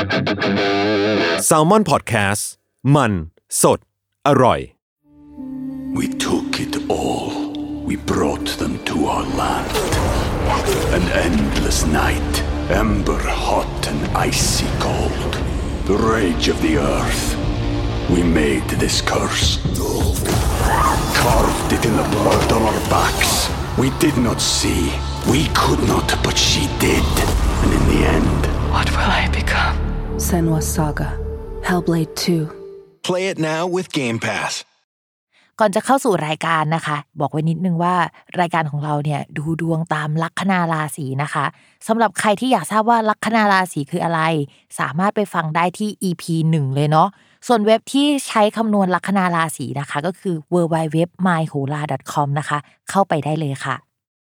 Salmon Podcast มันสดอร่อย We took it all. We brought them to our land. An endless night, ember hot and icy cold. The rage of the earth. We made this curse. Carved it in the blood on our backs. We did not see. We could not, but she did. And in the end... What will I become? Senua's Saga. Hellblade 2. Play it now with Game Pass. ก่อนจะเข้าสู่รายการนะคะบอกไว้นิดนึงว่ารายการของเราเนี่ยดูดวงตามลัคนาราศีนะคะสำหรับใครที่อยากทราบว่าลัคนาราศีคืออะไรสามารถไปฟังได้ที่ EP 1เลยเนาะส่วนเว็บที่ใช้คำนวณลัคนาราศีนะคะก็คือ www.myhola.com นะคะเข้าไปได้เลยค่ะ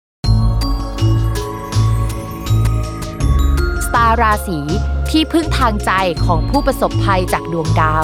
สตาร์ราศีที่พึ่งทางใจของผู้ประสบภัยจากดวงดาว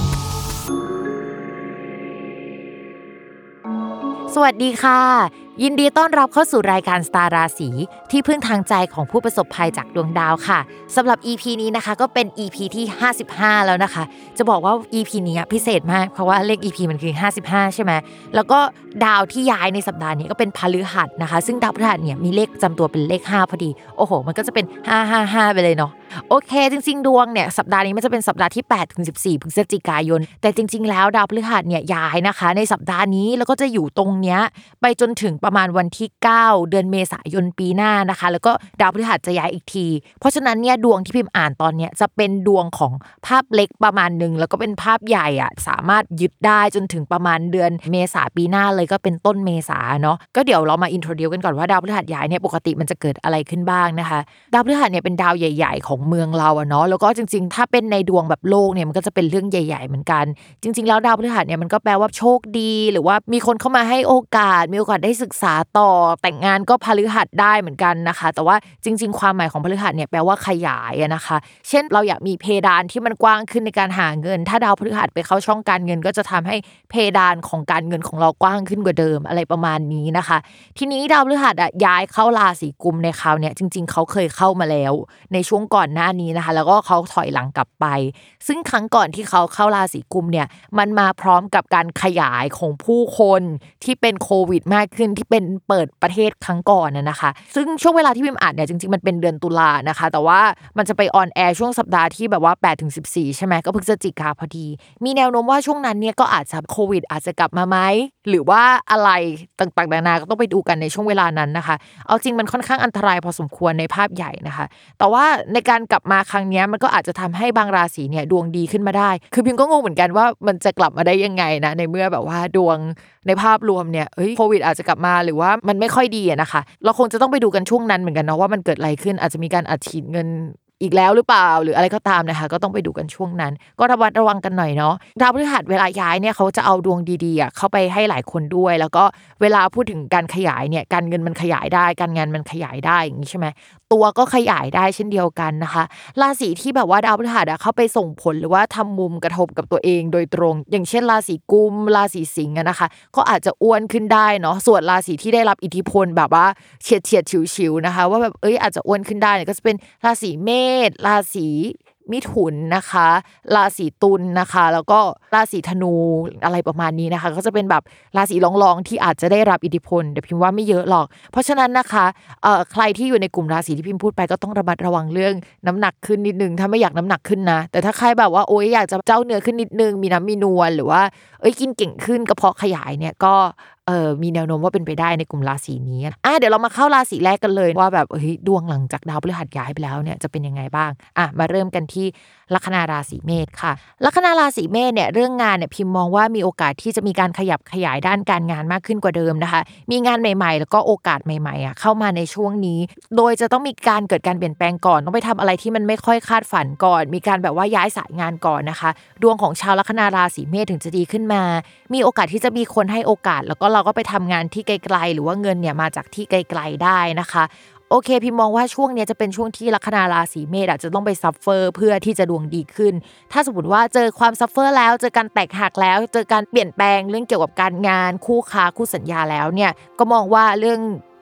สวัสดีค่ะยินดีต้อนรับเข้าสู่รายการสตาร์ราศีที่พึ่งทางใจของผู้ประสบภัยจากดวงดาวค่ะสำหรับ EP นี้นะคะก็เป็น EP ที่55แล้วนะคะจะบอกว่า EP นี้พิเศษมากเพราะว่าเลข EP มันคือ55ใช่ไหมแล้วก็ดาวที่ย้ายในสัปดาห์นี้ก็เป็นพฤหัสนะคะซึ่งดาวพฤหัสเนี่ยมีเลขประจำตัวเป็นเลข5พอดีโอ้โหมันก็จะเป็น555ไปเลยเนาะโอเคจริงๆดวงเนี่ยสัปดาห์นี้มันจะเป็นสัปดาห์ที่8ถึง14พฤศจิกายนแต่จริงๆแล้วดาวพฤหัสเนี่ยย้ายนะคะในสัปดาห์นี้แล้วก็จะอยู่ตรงเนี้ยไปจนถึงประมาณวันที่9เดือนเมษายนปีหน้านะคะแล้วก็ดาวพฤหัสจะย้ายอีกทีเพราะฉะนั้นเนี่ยดวงที่พิมพ์อ่านตอนเนี้ยจะเป็นดวงของภาพเล็กประมาณนึงแล้วก็เป็นภาพใหญ่อ่ะสามารถยึดได้จนถึงประมาณเดือนเมษาปีหน้าเลยก็เป็นต้นเมษาเนาะก็เดี๋ยวเรามาอินโทรดิวกันก่อนว่าดาวพฤหัสย้ายเนี่ยปกติมันจะเกิดอะไรขึ้นบ้างนะคะดาวพฤหัสเนี่ยเป็นดาวใหญ่ๆของเมืองเราอะเนาะแล้วก็จริงๆถ้าเป็นในดวงแบบโลกเนี่ยมันก็จะเป็นเรื่องใหญ่ๆเหมือนกันจริงๆแล้วดาวพฤหัสเนี่ยมันก็แปลว่าโชคดีหรือว่ามีคนเข้ามาให้โอกาสมีโอกาสได้ศึกษาต่อแต่งงานก็พฤหัสได้เหมือนกันนะคะแต่ว่าจริงๆความหมายของพฤหัสเนี่ยแปลว่าขยายอะนะคะเช่นเราอยากมีเพดานที่มันกว้างขึ้นในการหาเงินถ้าดาวพฤหัสไปเข้าช่องการเงินก็จะทำให้เพดานของการเงินของเรากว้างขึ้นกว่าเดิมอะไรประมาณนี้นะคะทีนี้ดาวพฤหัสย้ายเข้าราศีกุมในคราวเนี้ยจริงๆเขาเคยเข้ามาแล้วในช่วงก่อนหน้านี้นะคะแล้วก็เขาถอยหลังกลับไปซึ่งครั้งก่อนที่เขาเข้าราศีกุมเนี่ยมันมาพร้อมกับการขยายของผู้คนที่เป็นโควิดมากขึ้นที่เป็นเปิดประเทศครั้งก่อนนะคะซึ่งช่วงเวลาที่พิมพ์อ่านเนี่ยจริงๆมันเป็นเดือนตุลานะคะแต่ว่ามันจะไปออนแอร์ช่วงสัปดาห์ที่แบบว่า8ถึง14ใช่ไหมก็พฤศจิกาพอดีมีแนวโน้มว่าช่วงนั้นเนี่ยก็อาจจะโควิดอาจจะกลับมาไหมหรือว่าอะไรต่างๆนานาก็ต้องไปดูกันในช่วงเวลานั้นนะคะเอาจริงมันค่อนข้างอันตรายพอสมควรในภาพใหญ่นะคะแต่ว่าในการกลับมาครั้งนี้มันก็อาจจะทำให้บางราศีเนี่ยดวงดีขึ้นมาได้คือพิมก็งงเหมือนกันว่ามันจะกลับมาได้ยังไงนะในเมื่อแบบว่าดวงในภาพรวมเนี่ยโควิดอาจจะกลับมาหรือว่ามันไม่ค่อยดีนะคะเราคงจะต้องไปดูกันช่วงนั้นเหมือนกันเนาะว่ามันเกิดอะไรขึ้นอาจจะมีการอัดฉีดเงินอีกแล้วหรือเปล่าหรืออะไรก็ตามนะคะก็ต้องไปดูกันช่วงนั้นก็ระมัดระวังกันหน่อยเนาะดาวพฤหัสเวลาย้ายเนี่ยเขาจะเอาดวงดีๆเข้าไปให้หลายคนด้วยแล้วก็เวลาพูดถึงการขยายเนี่ยการเงินมันขยายได้การงานมันขยายได้อย่างนี้ใช่ไหมตัวก็ขยายได้เช่นเดียวกันนะคะราศีที่แบบว่าดาวพฤหัสเข้าไปส่งผลหรือว่าทำมุมกระทบกับตัวเองโดยตรงอย่างเช่นราศีกุมราศีสิงห์นะคะก็อาจจะอ้วนขึ้นได้เนาะส่วนราศีที่ได้รับอิทธิพลแบบว่าเฉียดฉิวๆนะคะว่าแบบอาจจะอ้วนขึ้นได้เนี่ยก็จะเป็นราศีเมษราศีมิถุนนะคะราศีตุลนะคะแล้วก็ราศีธนูอะไรประมาณนี้นะคะก็จะเป็นแบบราศีรองๆที่อาจจะได้รับอิทธิพลแต่พิมพ์ว่าไม่เยอะหรอกเพราะฉะนั้นนะคะใครที่อยู่ในกลุ่มราศีที่พิมพ์พูดไปก็ต้องระมัดระวังเรื่องน้ำหนักขึ้นนิดนึงถ้าไม่อยากน้ำหนักขึ้นนะแต่ถ้าใครแบบว่าอยากจะเจ้าเนื้อขึ้นนิดนึงมีน้ำมีนวลหรือว่ากินเก่งขึ้นกระเพาะขยายเนี่ยก็มีแนวโน้มว่าเป็นไปได้ในกลุ่มราศีนี้เดี๋ยวเรามาเข้าราศีแรกกันเลยว่าแบบดวงหลังจากดาวพฤหัสย้ายไปแล้วเนี่ยจะเป็นยังไงบ้างมาเริ่มกันที่ลัคนาราศีเมษค่ะลัคนาราศีเมษเนี่ยเรื่องงานเนี่ยพิมพ์มองว่ามีโอกาสที่จะมีการขยับขยายด้านการงานมากขึ้นกว่าเดิมนะคะมีงานใหม่ๆแล้วก็โอกาสใหม่ๆเข้ามาในช่วงนี้โดยจะต้องมีการเกิดการเปลี่ยนแปลงก่อนต้องไปทำอะไรที่มันไม่ค่อยคาดฝันก่อนมีการแบบว่าย้ายสายงานก่อนนะคะดวงของชาวลัคนาราศีเมษถึงจะดีขึ้นมามีโอกาสที่จะมีคนให้โอกาสแล้วก็เราก็ไปทำงานที่ไกลๆหรือว่าเงินเนี่ยมาจากที่ไกลๆได้นะคะโอเคพี่มองว่าช่วงนี้จะเป็นช่วงที่ลัคนาราศีเมษอาจจะต้องไปซัฟเฟอร์เพื่อที่จะดวงดีขึ้นถ้าสมมติว่าเจอความซัฟเฟอร์แล้วเจอการแตกหักแล้วเจอการเปลี่ยนแปลงเรื่องเกี่ยวกับการงานคู่ค้าคู่สัญญาแล้วเนี่ยก็มองว่าเรื่อง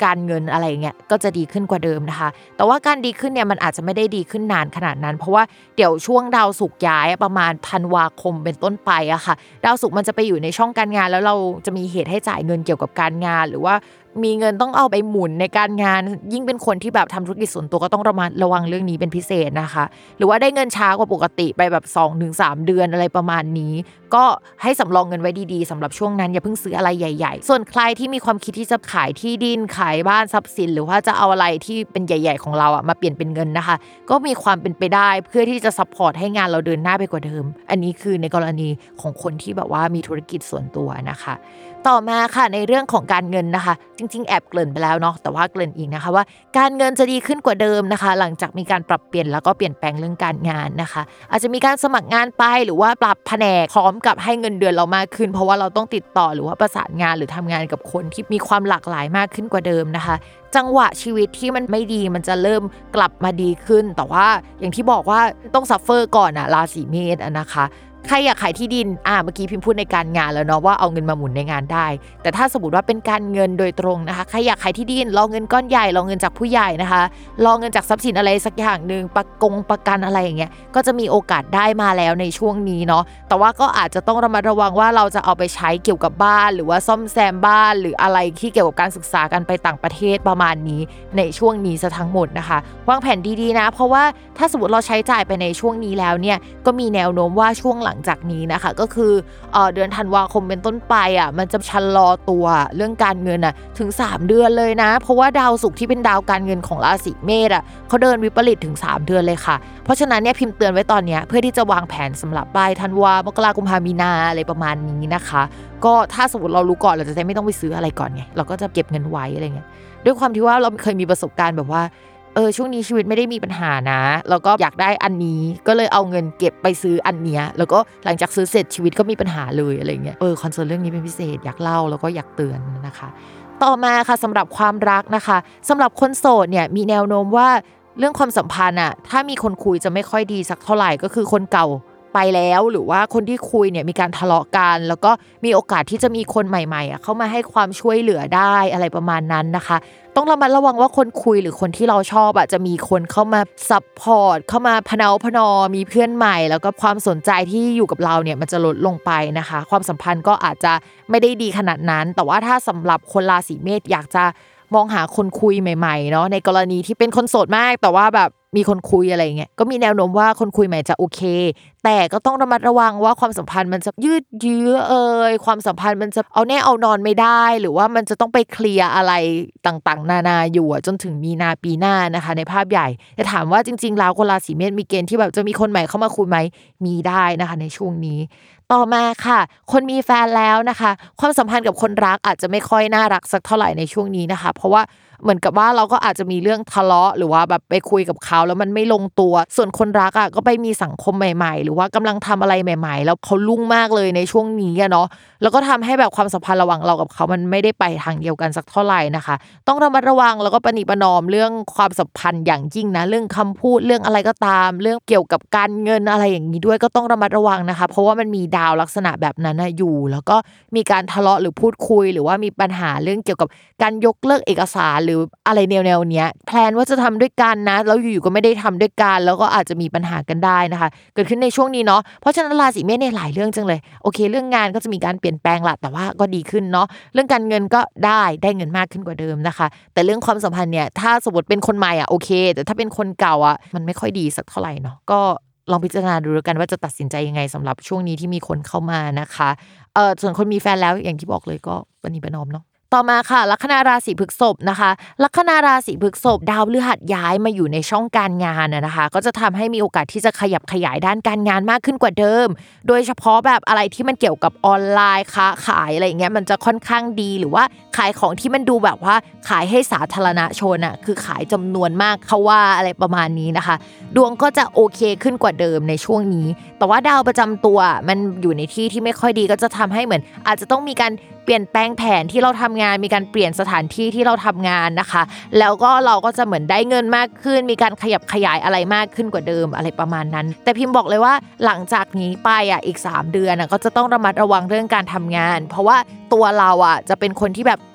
การเงินอะไรเงี้ยก็จะดีขึ้นกว่าเดิมนะคะแต่ว่าการดีขึ้นเนี่ยมันอาจจะไม่ได้ดีขึ้นนานขนาดนั้นเพราะว่าเดี๋ยวช่วงดาวศุกร์ย้ายประมาณธันวาคมเป็นต้นไปอะค่ะดาวศุกร์มันจะไปอยู่ในช่องการงานแล้วเราจะมีเหตุให้จ่ายเงินเกี่ยวกับการงานหรือว่ามีเงินต้องเอาไปหมุนในการงานยิ่งเป็นคนที่แบบทำธุรกิจส่วนตัวก็ต้องระวังเรื่องนี้เป็นพิเศษนะคะหรือว่าได้เงินช้ากว่าปกติไปแบบ 2-3 เดือนอะไรประมาณนี้ก็ให้สำรองเงินไว้ดีๆสำหรับช่วงนั้นอย่าเพิ่งซื้ออะไรใหญ่ๆส่วนใครที่มีความคิดที่จะขายที่ดินขายบ้านทรัพย์สินหรือว่าจะเอาอะไรที่เป็นใหญ่ๆของเราอ่ะมาเปลี่ยนเป็นเงินนะคะก็มีความเป็นไปได้เพื่อที่จะซัพพอร์ตให้งานเราเดินหน้าไปกว่าเดิมอันนี้คือในกรณีของคนที่แบบว่ามีธุรกิจส่วนตัวนะคะต่อมาค่ะในเรื่องของการเงินนะคะจริงๆแอบเกริ่นไปแล้วเนาะแต่ว่าเกริ่นอีกนะคะว่าการเงินจะดีขึ้นกว่าเดิมนะคะหลังจากมีการปรับเปลี่ยนแล้วก็เปลี่ยนแปลงเรื่องการงานนะคะอาจจะมีการสมัครงานไปหรือว่าปรับแผนกพร้อมกับให้เงินเดือนเรามากขึ้นเพราะว่าเราต้องติดต่อหรือว่าประสานงานหรือทำงานกับคนที่มีความหลากหลายมากขึ้นกว่าเดิมนะคะจังหวะชีวิตที่มันไม่ดีมันจะเริ่มกลับมาดีขึ้นแต่ว่าอย่างที่บอกว่าต้องซัฟเฟอร์ก่อนอะราศีเมษนะคะใครอยากขายที่ดินเมื่อกี้พิมพ์พูดในการงานแล้วเนาะว่าเอาเงินมาหมุนในงานได้แต่ถ้าสมมติว่าเป็นการเงินโดยตรงนะคะใครอยากขายที่ดินรอเงินก้อนใหญ่รอเงินจากผู้ใหญ่นะคะรอเงินจากทรัพย์สินอะไรสักอย่างนึงประกันอะไรอย่างเงี้ยก็จะมีโอกาสได้มาแล้วในช่วงนี้เนาะแต่ว่าก็อาจจะต้องระมัดระวังว่าเราจะเอาไปใช้เกี่ยวกับบ้านหรือว่าซ่อมแซมบ้านหรืออะไรที่เกี่ยวกับการศึกษากันไปต่างประเทศประมาณนี้ในช่วงนี้ซะทั้งหมดนะคะวางแผนดีๆนะเพราะว่าถ้าสมมติเราใช้จ่ายไปในช่วงนี้แล้วเนี่ยก็มีแนวโน้มว่าช่วงหลังจากนี้นะคะก็คือเดือนธันวาคมเป็นต้นไปมันจะชะลอตัวเรื่องการเงินถึง3เดือนเลยนะเพราะว่าดาวศุกร์ที่เป็นดาวการเงินของราศีเมษเขาเดินวิปริตถึง3เดือนเลยค่ะเพราะฉะนั้นเนี่ยพิมพ์เตือนไว้ตอนนี้เพื่อที่จะวางแผนสำหรับปลายธันวามกราคมกุมภามีนาอะไรประมาณนี้นะคะก็ถ้าสมมติเรารู้ก่อนเราจะไม่ต้องไปซื้ออะไรก่อนไงเราก็จะเก็บเงินไว้อะไรเงี้ยด้วยความที่ว่าเราเคยมีประสบการณ์แบบว่าช่วงนี้ชีวิตไม่ได้มีปัญหานะแล้วก็อยากได้อันนี้ก็เลยเอาเงินเก็บไปซื้ออันเนี้ยแล้วก็หลังจากซื้อเสร็จชีวิตก็มีปัญหาเลยอะไรเงี้ยคอนเซิร์นเรื่องนี้เป็นพิเศษอยากเล่าแล้วก็อยากเตือนนะคะต่อมาค่ะสำหรับความรักนะคะสำหรับคนโสดเนี่ยมีแนวโน้มว่าเรื่องความสัมพันธ์ถ้ามีคนคุยจะไม่ค่อยดีสักเท่าไหร่ก็คือคนเก่าไปแล้วหรือว่าคนที่คุยเนี่ยมีการทะเลาะกันแล้วก็มีโอกาสที่จะมีคนใหม่ๆเข้ามาให้ความช่วยเหลือได้อะไรประมาณนั้นนะคะต้องระมัดระวังว่าคนคุยหรือคนที่เราชอบจะมีคนเข้ามาซัพพอร์ตเข้ามาพนอมีเพื่อนใหม่แล้วก็ความสนใจที่อยู่กับเราเนี่ยมันจะลดลงไปนะคะความสัมพันธ์ก็อาจจะไม่ได้ดีขนาดนั้นแต่ว่าถ้าสำหรับคนราศีเมษอยากจะมองหาคนคุยใหม่ๆเนาะในกรณีที่เป็นคนโสดมากแต่ว่าแบบมีคนคุยอะไรเงี้ยก็มีแนวโน้มว่าคนคุยใหม่จะโอเคแต่ก็ต้องระมัดระวังว่าความสัมพันธ์มันจะยืดเยื้อความสัมพันธ์มันจะเอาแน่เอานอนไม่ได้หรือว่ามันจะต้องไปเคลียร์อะไรต่างๆนานาอยู่จนถึงมีนาปีหน้านะคะในภาพใหญ่แต่ถามว่าจริงๆแล้วคนราศีเมษมีเกณฑ์ที่แบบจะมีคนใหม่เข้ามาคุยไหมมีได้นะคะในช่วงนี้ต่อมาค่ะคนมีแฟนแล้วนะคะความสัมพันธ์กับคนรักอาจจะไม่ค่อยน่ารักสักเท่าไหร่ในช่วงนี้นะคะเพราะว่าเหมือนกับว่าเราก็อาจจะมีเรื่องทะเลาะหรือว่าแบบไปคุยกับเขาแล้วมันไม่ลงตัวส่วนคนรักก็ไปมีสังคมใหม่ๆหรือว่ากำลังทำอะไรใหม่ๆแล้วเขาลุ่งมากเลยในช่วงนี้เนาะแล้วก็ทำให้แบบความสัมพันธ์ระหว่างเรากับเขามันไม่ได้ไปทางเดียวกันสักเท่าไหร่นะคะต้องระมัดระวังแล้วก็ประนีประนอมเรื่องความสัมพันธ์อย่างยิ่งนะเรื่องคำพูดเรื่องอะไรก็ตามเรื่องเกี่ยวกับการเงินอะไรอย่างนี้ด้วยก็ต้องระมัดระวังนะคะเพราะว่ามันมีดาวลักษณะแบบนั้นอยู่แล้วก็มีการทะเลาะหรือพูดคุยหรือว่ามีปัญหาเรื่องเกี่ยวกับการยกเลิกเอกสารหรืออะไรแนวเนี้ยแพลนว่าจะทำด้วยกันนะแล้วอยู่ๆก็ไม่ได้ทำด้วยกันแล้วก็อาจจะมีปัญหากันได้นะคะเกิดขึ้นในช่วงนี้เนาะเพราะฉะนั้นราศีเมษเนี่ยหลายเรื่องจังเลยโอเคเรื่องงานก็จะมีการเปลี่ยนแปลงละแต่ว่าก็ดีขึ้นเนาะเรื่องการเงินก็ได้เงินมากขึ้นกว่าเดิมนะคะแต่เรื่องความสัมพันธ์เนี่ยถ้าสมมติเป็นคนใหม่โอเคแต่ถ้าเป็นคนเก่ามันไม่ค่อยดีสักเท่าไหร่เนาะก็ลองพิจารณาดูกันว่าจะตัดสินใจยังไงสำหรับช่วงนี้ที่มีคนเข้ามานะคะส่วนคนมีแฟนแล้วอย่างที่บอกเลยก็ประนีประนอมเนาะต่อมาค่ะลัคนาราศีพฤษภนะคะลัคนาราศีพฤษภดาวพฤหัสย้ายมาอยู่ในช่องการงานนะคะก็จะทำให้มีโอกาสที่จะขยับขยายด้านการงานมากขึ้นกว่าเดิมโดยเฉพาะแบบอะไรที่มันเกี่ยวกับออนไลน์ค้าขายอะไรอย่างเงี้ยมันจะค่อนข้างดีหรือว่าขายของที่มันดูแบบว่าขายให้สาธารณชนคือขายจำนวนมากเขาว่าอะไรประมาณนี้นะคะดวงก็จะโอเคขึ้นกว่าเดิมในช่วงนี้แต่ว่าดาวประจำตัวมันอยู่ในที่ที่ไม่ค่อยดีก็จะทำให้เหมือนอาจจะต้องมีการเปลี่ยนแปลงแผนที่เราทำงานมีการเปลี่ยนสถานที่ที่เราทำงานนะคะแล้วก็เราก็จะเหมือนได้เงินมากขึ้นมีการขยับขยายอะไรมากขึ้นกว่าเดิมอะไรประมาณนั้นแต่พิมพ์บอกเลยว่าหลังจากนี้ไปอีก3เดือนก็จะต้องระมัดระวังเรื่องการทำงานเพราะว่าตัวเราจะเป็นคนที่แบบ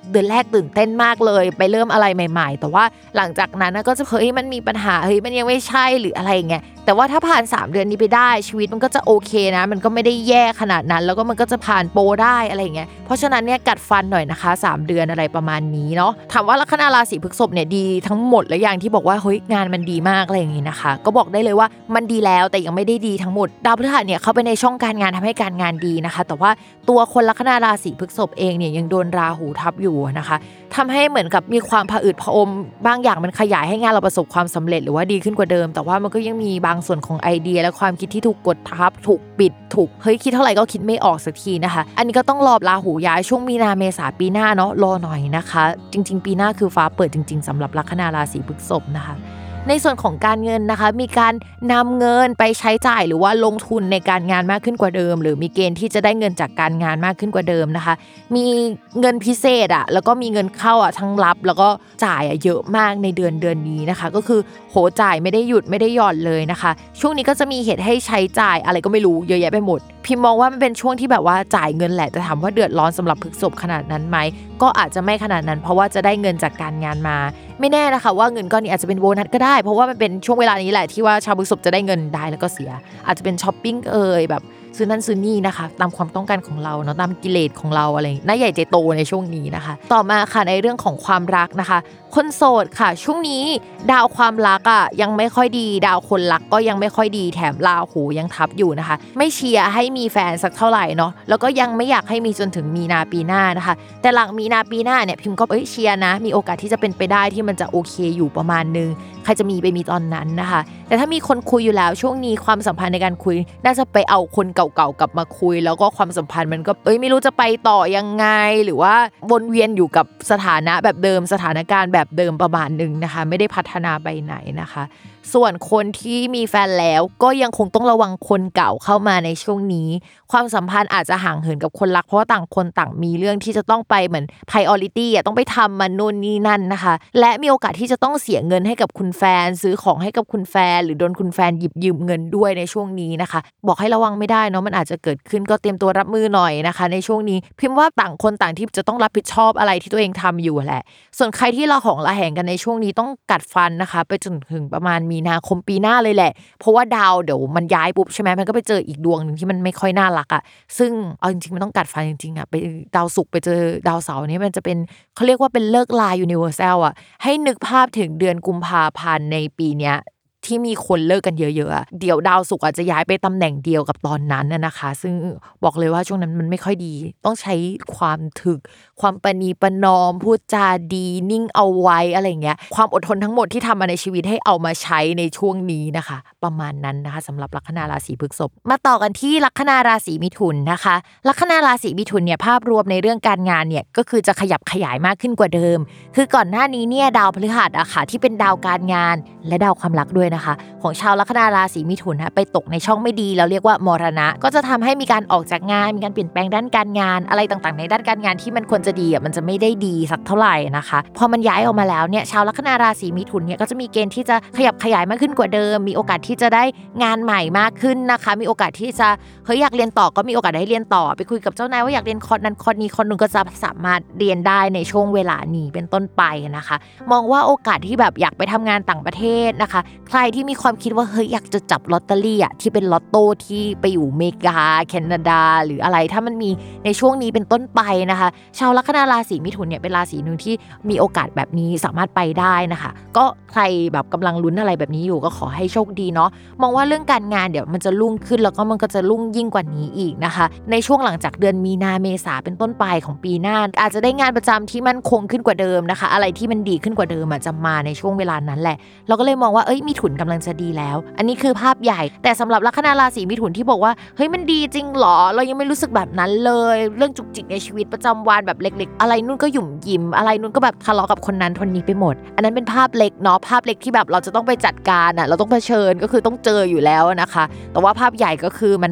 เดือนแรกตื่นเต้นมากเลยไปเริ่มอะไรใหม่ๆแต่ว่าหลังจากนั้นก็จะเฮ้ยมันมีปัญหาเฮ้ยมันยังไม่ใช่หรืออะไรอย่างเงี้ยแต่ว่าถ้าผ่าน3เดือนนี้ไปได้ชีวิตมันก็จะโอเคนะมันก็ไม่ได้แย่ขนาดนั้นแล้วก็มันก็จะผ่านโปรได้อะไรอย่างเงี้ยเพราะฉะนั้นเนี่ยกัดฟันหน่อยนะคะ3เดือนอะไรประมาณนี้เนาะถามว่าลัคนาราศีพฤษภเนี่ยดีทั้งหมดแล้วอย่างที่บอกว่าเฮ้ยงานมันดีมากอะไรอย่างงี้นะคะก็บอกได้เลยว่ามันดีแล้วแต่ยังไม่ได้ดีทั้งหมดดาวพฤหัสเนี่ยเข้าไปในช่องการงานทำให้การงานดีนะคะแต่ว่าตัวคนลัคนาราศีพฤษภเองเนี่ยยังโดนราหูทับอยู่นะคะทำให้เหมือนกับมีความผะอืดผะอมบางอย่างมันขยายให้งานเราประสบความสำเร็จหรือว่าดีขึ้นกว่าเดิมแต่ว่ามันก็ยังมีบางส่วนของไอเดียและความคิดที่ถูกกดทับถูกปิดถูกเฮ้ยคิดเท่าไหร่ก็คิดไม่ออกสักทีนะคะอันนี้ก็ต้องรอราหูย้ายช่วงมีนาเมษาปีหน้าเนาะรอหน่อยนะคะจริงๆปีหน้าคือฟ้าเปิดจริงๆสำหรับลัคนาราศีพฤษภนะคะในส่วนของการเงินนะคะมีการนำเงินไปใช้จ่ายหรือว่าลงทุนในการงานมากขึ้นกว่าเดิมหรือมีเกณฑ์ที่จะได้เงินจากการงานมากขึ้นกว่าเดิมนะคะมีเงินพิเศษแล้วก็มีเงินเข้าทั้งรับแล้วก็จ่ายเยอะมากในเดือนนี้นะคะก็คือโหจ่ายไม่ได้หยุดไม่ได้หย่อนเลยนะคะช่วงนี้ก็จะมีเหตุให้ใช้จ่ายอะไรก็ไม่รู้เยอะแยะไปหมดพิมมองว่ามันเป็นช่วงที่แบบว่าจ่ายเงินแหละแต่ถามว่าเดือดร้อนสำหรับพฤษภขนาดนั้นไหมก็อาจจะไม่ขนาดนั้นเพราะว่าจะได้เงินจากการงานมาไม่แน่นะคะว่าเงินก้อนนี้อาจจะเป็นโบนัสก็ได้เพราะว่ามันเป็นช่วงเวลานี้แหละที่ว่าชาวพฤษภจะได้เงินได้แล้วก็เสียอาจจะเป็นช้อปปิ้งแบบซื้อนั่นซื้อนี่นะคะตามความต้องการของเราเนาะตามกิเลสของเราอะไรน่าใหญ่ใจโตในช่วงนี้นะคะต่อมาค่ะในเรื่องของความรักนะคะคนโสดค่ะช่วงนี้ดาวความรักยังไม่ค่อยดีดาวคนรักก็ยังไม่ค่อยดีแถมราหูยังทับอยู่นะคะไม่เชียร์ให้มีแฟนสักเท่าไหร่เนาะแล้วก็ยังไม่อยากให้มีจนถึงมีนาปีหน้านะคะแต่หลังมีนาปีหน้าเนี่ยพิมพ์ก็เชียร์นะมีโอกาสที่จะเป็นไปได้ที่มันจะโอเคอยู่ประมาณนึงใครจะมีไปมีตอนนั้นนะคะแต่ถ้ามีคนคุยอยู่แล้วช่วงนี้ความสัมพันธ์ในการคุยน่าจะไปเอาคนเก่าๆกลับมาคุยแล้วก็ความสัมพันธ์มันก็ไม่รู้จะไปต่อยังไงหรือว่าวนเวียนอยู่กับสถานะแบบเดิมสถานการณ์แบบเดิมประมาณนึงนะคะไม่ได้พัฒนาไปไหนนะคะส่วนคนที่มีแฟนแล้วก็ยังคงต้องระวังคนเก่าเข้ามาในช่วงนี้ความสัมพันธ์อาจจะห่างเหินกับคนรักเพราะว่าต่างคนต่างมีเรื่องที่จะต้องไปเหมือน priority ต้องไปทำมันนู่นนี่นั่นนะคะและมีโอกาสที่จะต้องเสียเงินให้กับคุณแฟนซื้อของให้กับคุณแฟนหรือโดนคุณแฟนหยิบยืมเงินด้วยในช่วงนี้นะคะบอกให้ระวังไม่ได้เนาะมันอาจจะเกิดขึ้นก็เตรียมตัวรับมือหน่อยนะคะในช่วงนี้พิมพ์ว่าต่างคนต่างที่จะต้องรับผิดชอบอะไรที่ตัวเองทำอยู่แหละส่วนใครที่ระหองระแหงกันในช่วงนี้ต้องกัดฟันนะคะไปจนถึงประมาณมีนาคมปีหน้าเลยแหละเพราะว่าดาวเดี๋ยวมันย้ายปุ๊บใช่ไหมมันก็ไปเจออีกดวงนึงที่มันไม่ค่อยน่ารักซึ่งเอาจริงๆมันต้องกัดฟันจริงๆไปดาวศุกร์ไปเจอดาวเสาร์นี้มันจะเป็นเขาเรียกว่าเป็นเลิกลายูนิเวอร์แซลให้นึกภาพถึงเดือนกุมภาพันธ์ในปีเนี้ยที่มีคนเลิกกันเยอะๆเดี๋ยวดาวศุกร์อาจจะย้ายไปตำแหน่งเดียวกับตอนนั้นนะคะซึ่งบอกเลยว่าช่วงนั้นมันไม่ค่อยดีต้องใช้ความถึกความประนีประนอมพูดจาดีนิ่งเอาไว้อะไรเงี้ยความอดทนทั้งหมดที่ทำมาในชีวิตให้เอามาใช้ในช่วงนี้นะคะประมาณนั้นนะคะสำหรับลัคนาราศีพฤษภมาต่อกันที่ลัคนาราศีมิถุนนะคะลัคนาราศีมิถุนเนี่ยภาพรวมในเรื่องการงานเนี่ยก็คือจะขยับขยายมากขึ้นกว่าเดิมคือก่อนหน้านี้เนี่ยดาวพฤหัสค่ะที่เป็นดาวการงานและดาวความรักด้วยนะคะของชาวลัคนาราศีมิถุนไปตกในช่องไม่ดีเราเรียกว่ามรณะก็จะทำให้มีการออกจากงานมีการเปลี่ยนแปลงด้านการงานอะไรต่างๆในด้านการงานที่มันควรจะดีมันจะไม่ได้ดีสักเท่าไหร่นะคะพอมันย้ายออกมาแล้วเนี่ยชาวลัคนาราศีมิถุนเนี่ยก็จะมีเกณฑ์ที่จะขยับขยายมากขึ้นกว่าเดิมมีโอกาสที่จะได้งานใหม่มากขึ้นนะคะมีโอกาสที่จะอยากเรียนต่อก็มีโอกาสได้เรียนต่อไปคุยกับเจ้านายว่าอยากเรียนคอร์สนั้นคอร์สนี้คอร์สนึงก็จะสามารถเรียนได้ในช่วงเวลานี้เป็นต้นไปนะคะมองว่าโอกาสที่แบบอยากไปทำงานต่างประเทศนะคะใครที่มีความคิดว่าอยากจะจับลอตเตอรี่ที่เป็นลอตโต้ที่ไปอยู่อเมริกาแคนาดาหรืออะไรถ้ามันมีในช่วงนี้เป็นต้นไปนะคะชาวลัคนาราศีมิถุนเนี่ยเป็นราศีนึงที่มีโอกาสแบบนี้สามารถไปได้นะคะก็ใครแบบกำลังลุ้นอะไรแบบนี้อยู่ก็ขอให้โชคดีเนาะมองว่าเรื่องการงานเดี๋ยวมันจะรุ่งขึ้นแล้วก็มันก็จะรุ่งยิ่งกว่านี้อีกนะคะในช่วงหลังจากเดือนมีนาเมษาเป็นต้นไปของปีหน้าอาจจะได้งานประจำที่มั่นคงขึ้นกว่าเดิมนะคะอะไรที่มันดีขึ้นกว่าเดิมจะมาในช่วงเวลานั้นแหละเราก็เลยมองว่ามิถุนกำลังจะดีแล้วอันนี้คือภาพใหญ่แต่สำหรับลัคนาราศีมิถุนที่บอกว่ามันดีจริงหรอเรายังไม่รู้สึกแบบนั้นเลยเรื่องจุกจิกในชีวิตประจำวันแบบเล็กๆอะไรนู่นก็หยุ่มยิ้มอะไรนู่นก็แบบทะเลาะกับคนนั้นคนนี้ไปหมดอันนั้นเป็นภาพเล็กเนาะภาพเล็กที่แบบเราจะต้องไปจัดการเราต้องเผชิญก็คือต้องเจออยู่แล้วนะคะแต่ว่าภาพใหญ่ก็คือมันเหมือน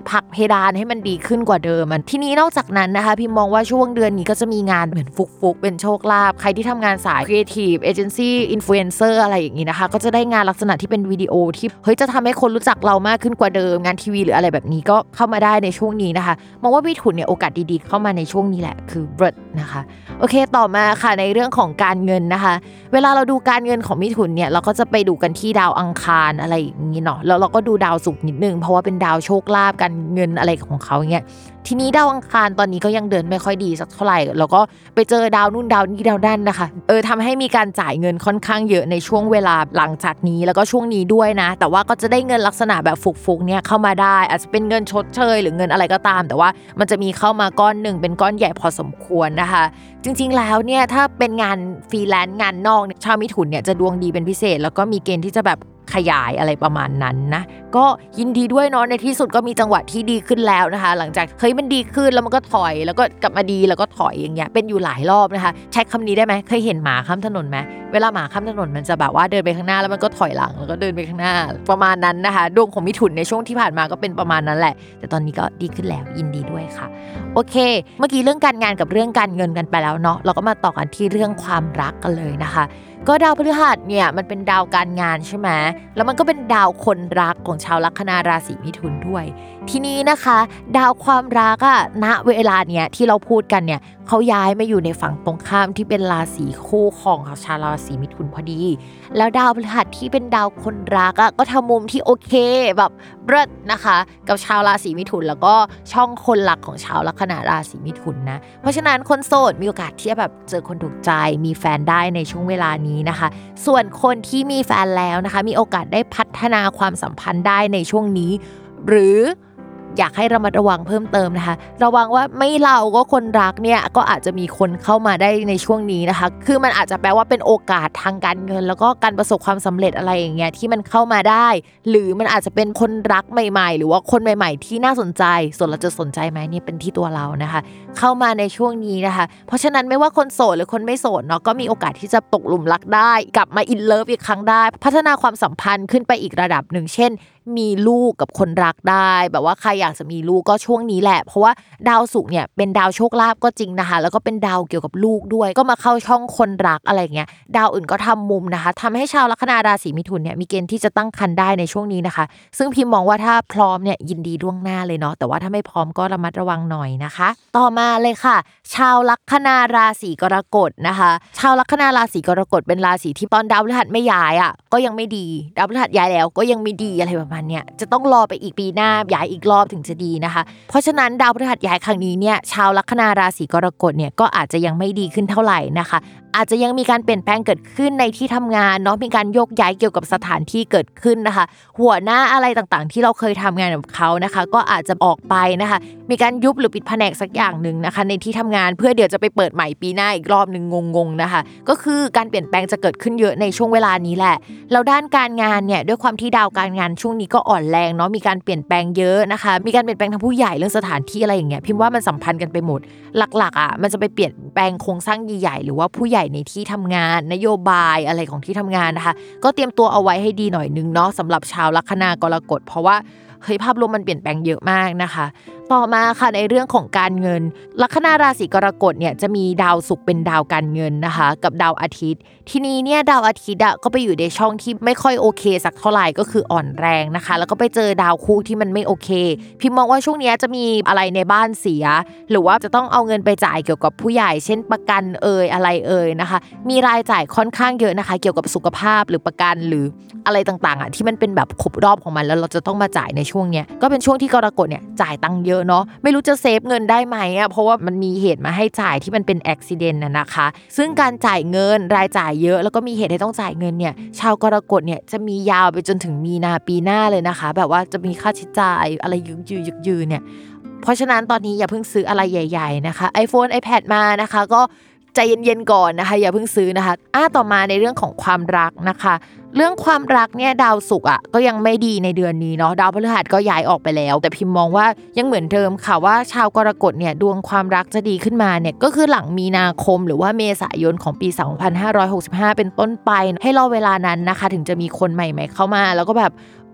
ผลักเพดานให้มันดีขึ้นกว่าเดิมทีนี้นอกจากนั้นนะคะพิมมองว่าช่วงเดือนนี้ก็จะมีงานเหมือนฟุกๆเป็นโชคลาภใครที่ทำงานสาย Creative Agency Influencer อะไรอย่างนี้นะคะก็จะได้งานลักษณะที่เป็นวิดีโอที่จะทำให้คนรู้จักเรามากขึ้นกว่าเดิมงานทีวีหรืออะไรแบบนี้ก็เข้ามาได้ในช่วงนี้นะคะมองว่ามิถุนเนี่ยโอกาสดีๆเข้ามาในช่วงนี้แหละคือเบิร์ดนะคะโอเคต่อมาค่ะในเรื่องของการเงินนะคะเวลาเราดูการเงินของมิถุนเนี่ยเราก็จะไปดูกันที่ดาวอังคารอะไรอย่างนี้เนาะแล้วเราก็ดูดาวศุกร์นิดนึงเพราะว่าเป็นดาวโชคลาภการเงินอะไรของเขาอย่างเงี้ยทีนี้ดาวอังคารตอนนี้ก็ยังเดินไม่ค่อยดีสักเท่าไหร่แล้วก็ไปเจอดาวนู่นดาวนี้ดาวนั่นนะคะทำให้มีการจ่ายเงินค่อนข้างเยอะในช่วงเวลาหลังจากนี้แล้วก็ช่วงนี้ด้วยนะแต่ว่าก็จะได้เงินลักษณะแบบฟุกๆเนี่ยเข้ามาได้อาจจะเป็นเงินชดเชยหรือเงินอะไรก็ตามแต่ว่ามันจะมีเข้ามาก้อนนึงเป็นก้อนใหญ่พอสมควรนะคะจริงๆแล้วเนี่ยถ้าเป็นงานฟรีแลนซ์งานนอกชาวมิถุนเนี่ยจะดวงดีเป็นพิเศษแล้วก็มีเกณฑ์ที่จะแบบขยายอะไรประมาณนั้นนะก็ยินดีด้วยเนาะในที่สุดก็มีจังหวะที่ดีขึ้นแล้วนะคะหลังจากมันดีขึ้นแล้วมันก็ถอยแล้วก็กลับมาดีแล้วก็ถอยอย่างเงี้ยเป็นอยู่หลายรอบนะคะใช้คำนี้ได้ไหมเคยเห็นหมาข้ามถนนไหมเวลาหมาข้ามถนนมันจะแบบว่าเดินไปข้างหน้าแล้วมันก็ถอยหลังแล้วก็เดินไปข้างหน้าประมาณนั้นนะคะดวงของมิถุนในช่วงที่ผ่านมาก็เป็นประมาณนั้นแหละแต่ตอนนี้ก็ดีขึ้นแล้วยินดีด้วยค่ะโอเคเมื่อกี้เรื่องการงานกับเรื่องการเงินกันไปแล้วเนาะเราก็มาต่อกันที่เรื่องความรักกันเลยนะคะก็ดาวพฤหัสเนี่ยมันเป็นดาวการงานใช่ไหมแล้วมันก็เป็นดาวคนรักของชาวลัคนาราศีมิถุนด้วยทีนี้นะคะดาวความรักอะณเวลาเนี้ยที่เราพูดกันเนี่ยเขาย้ายมาอยู่ในฝั่งตรงข้ามที่เป็นราศีคู่ของชาวราศีมิถุนพอดีแล้วดาวพฤหัสที่เป็นดาวคนรักอะก็ทำมุมที่โอเคแบบเลิศนะคะกับชาวราศีมิถุนแล้วก็ช่องคนรักของชาวลัคนาราศีมิถุนนะเพราะฉะนั้นคนโสดมีโอกาสที่จะแบบเจอคนถูกใจมีแฟนได้ในช่วงเวลานี้นะคะส่วนคนที่มีแฟนแล้วนะคะมีโอกาสได้พัฒนาความสัมพันธ์ได้ในช่วงนี้หรืออยากให้ระมัดระวังเพิ่มเติมนะคะระวังว่าไม่เราก็คนรักเนี่ยก็อาจจะมีคนเข้ามาได้ในช่วงนี้นะคะคือมันอาจจะแปลว่าเป็นโอกาสทางการเงินแล้วก็การประสบความสำเร็จอะไรอย่างเงี้ยที่มันเข้ามาได้หรือมันอาจจะเป็นคนรักใหม่ๆหรือว่าคนใหม่ๆที่น่าสนใจส่วนเราจะสนใจไหมเนี่ยเป็นที่ตัวเรานะคะเข้ามาในช่วงนี้นะคะเพราะฉะนั้นไม่ว่าคนโสดหรือคนไม่โสดเนาะก็มีโอกาสที่จะตกหลุมรักได้กลับมาอินเลิฟอีกครั้งได้พัฒนาความสัมพันธ์ขึ้นไปอีกระดับนึงเช่นมีลูกกับคนรักได้แบบว่าใครอยากจะมีลูกก็ช่วงนี้แหละเพราะว่าดาวศุกร์เนี่ยเป็นดาวโชคลาภก็จริงนะคะแล้วก็เป็นดาวเกี่ยวกับลูกด้วยก็มาเข้าช่องคนรักอะไรเงี้ยดาวอื่นก็ทำมุมนะคะทำให้ชาวลัคนาราศีมิถุนเนี่ยมีเกณฑ์ที่จะตั้งครรภ์ได้ในช่วงนี้นะคะซึ่งพิมมองว่าถ้าพร้อมเนี่ยยินดีล่วงหน้าเลยเนาะแต่ว่าถ้าไม่พร้อมก็ระมัดระวังหน่อยนะคะต่อมาเลยค่ะชาวลัคนาราศีกรกฎนะคะชาวลัคนาราศีกรกฎเป็นราศีที่ตอนดาวพฤหัสไม่ย้ายอ่ะก็ยังไม่ดีดาวพฤหัสย้ายแล้วก็ยังไม่ดีอะไรประมาณเนี้ยจะต้องรอไปอีกปีหน้าย้ายอีกรอบถึงจะดีนะคะเพราะฉะนั้นดาวพฤหัสย้ายครั้งนี้เนี่ยชาวลัคนาราศีกรกฎเนี่ยก็อาจจะยังไม่ดีขึ้นเท่าไหร่นะคะอาจจะยังมีการเปลี่ยนแปลงเกิดขึ้นในที่ทำงานเนาะมีการโยกย้ายเกี่ยวกับสถานที่เกิดขึ้นนะคะหัวหน้าอะไรต่างๆที่เราเคยทำงานกับเขานะคะก็อาจจะออกไปนะคะมีการยุบหรือปิดแผนกสักอย่างนึงนะคะในที่ทำงานเพื่อเดี๋ยวจะไปเปิดใหม่ปีหน้าอีกรอบนึงงงๆนะคะก็คือการเปลี่ยนแปลงจะเกิดขึ้นเยอะในช่วงเวลานี้แหละแล้วด้านการงานเนี่ยด้วยความที่ดาวการงานช่วงนี้ก็อ่อนแรงเนาะมีการเปลี่ยนแปลงเยอะนะคะมีการเปลี่ยนแปลงทางผู้ใหญ่เรื่องสถานที่อะไรอย่างเงี้ยพิมพ์ว่ามันสัมพันธ์กันไปหมดหลักๆอ่ะมันจะไปเปลี่ยนแปลงโครงสร้างใหญ่ๆหรือว่าผู้ใหญ่ในที่ทำงานนโยบายอะไรของที่ทำงานนะคะก็เตรียมตัวเอาไว้ให้ดีหน่อยนึงเนาะสำหรับชาวลัคนากรกฎเพราะว่าภาพรวมมันเปลี่ยนแปลงเยอะมากนะคะต่อมาค่ะในเรื่องของการเงินลัคนาราศีกรกฎเนี่ยจะมีดาวศุกร์เป็นดาวการเงินนะคะกับดาวอาทิตย์ทีนี้เนี่ยดาวอาทิตย์ก็ไปอยู่ในช่องที่ไม่ค่อยโอเคสักเท่าไหร่ก็คืออ่อนแรงนะคะแล้วก็ไปเจอดาวคู่ที่มันไม่โอเคพิมมองว่าช่วงนี้จะมีอะไรในบ้านเสียหรือว่าจะต้องเอาเงินไปจ่ายเกี่ยวกับผู้ใหญ่เช่นประกันอะไรนะคะมีรายจ่ายค่อนข้างเยอะนะคะเกี่ยวกับสุขภาพหรือประกันหรืออะไรต่างๆที่มันเป็นแบบครบรอบของมันแล้วเราจะต้องมาจ่ายในช่วงเนี้ยก็เป็นช่วงที่กรกฎเนี่ยจ่ายตังค์เยอะเนาะไม่รู้จะเซฟเงินได้ไหมเพราะว่ามันมีเหตุมาให้จ่ายที่มันเป็นอุบัติเหตุนะคะซึ่งการจ่ายเงินรายจ่ายเยอะแล้วก็มีเหตุให้ต้องจ่ายเงินเนี่ยชาวกรกฎเนี่ยจะมียาวไปจนถึงมีนาปีหน้าเลยนะคะแบบว่าจะมีค่าใช้จ่ายอะไรยืนเนี่ยเพราะฉะนั้นตอนนี้อย่าเพิ่งซื้ออะไรใหญ่ๆนะคะ iPhone iPad มานะคะก็ใจเย็นๆก่อนนะคะอย่าเพิ่งซื้อนะคะต่อมาในเรื่องของความรักนะคะเรื่องความรักเนี่ยดาวศุกร์ก็ยังไม่ดีในเดือนนี้เนาะดาวพฤหัสก็ย้ายออกไปแล้วแต่พิมพ์มองว่ายังเหมือนเดิมค่ะว่าชาวกรกฎเนี่ยดวงความรักจะดีขึ้นมาเนี่ยก็คือหลังมีนาคมหรือว่าเมษายนของปี2565เป็นต้นไปให้รอเวลานั้นนะคะถึงจะมีคนใหม่ๆเข้ามาแล้วก็แบบ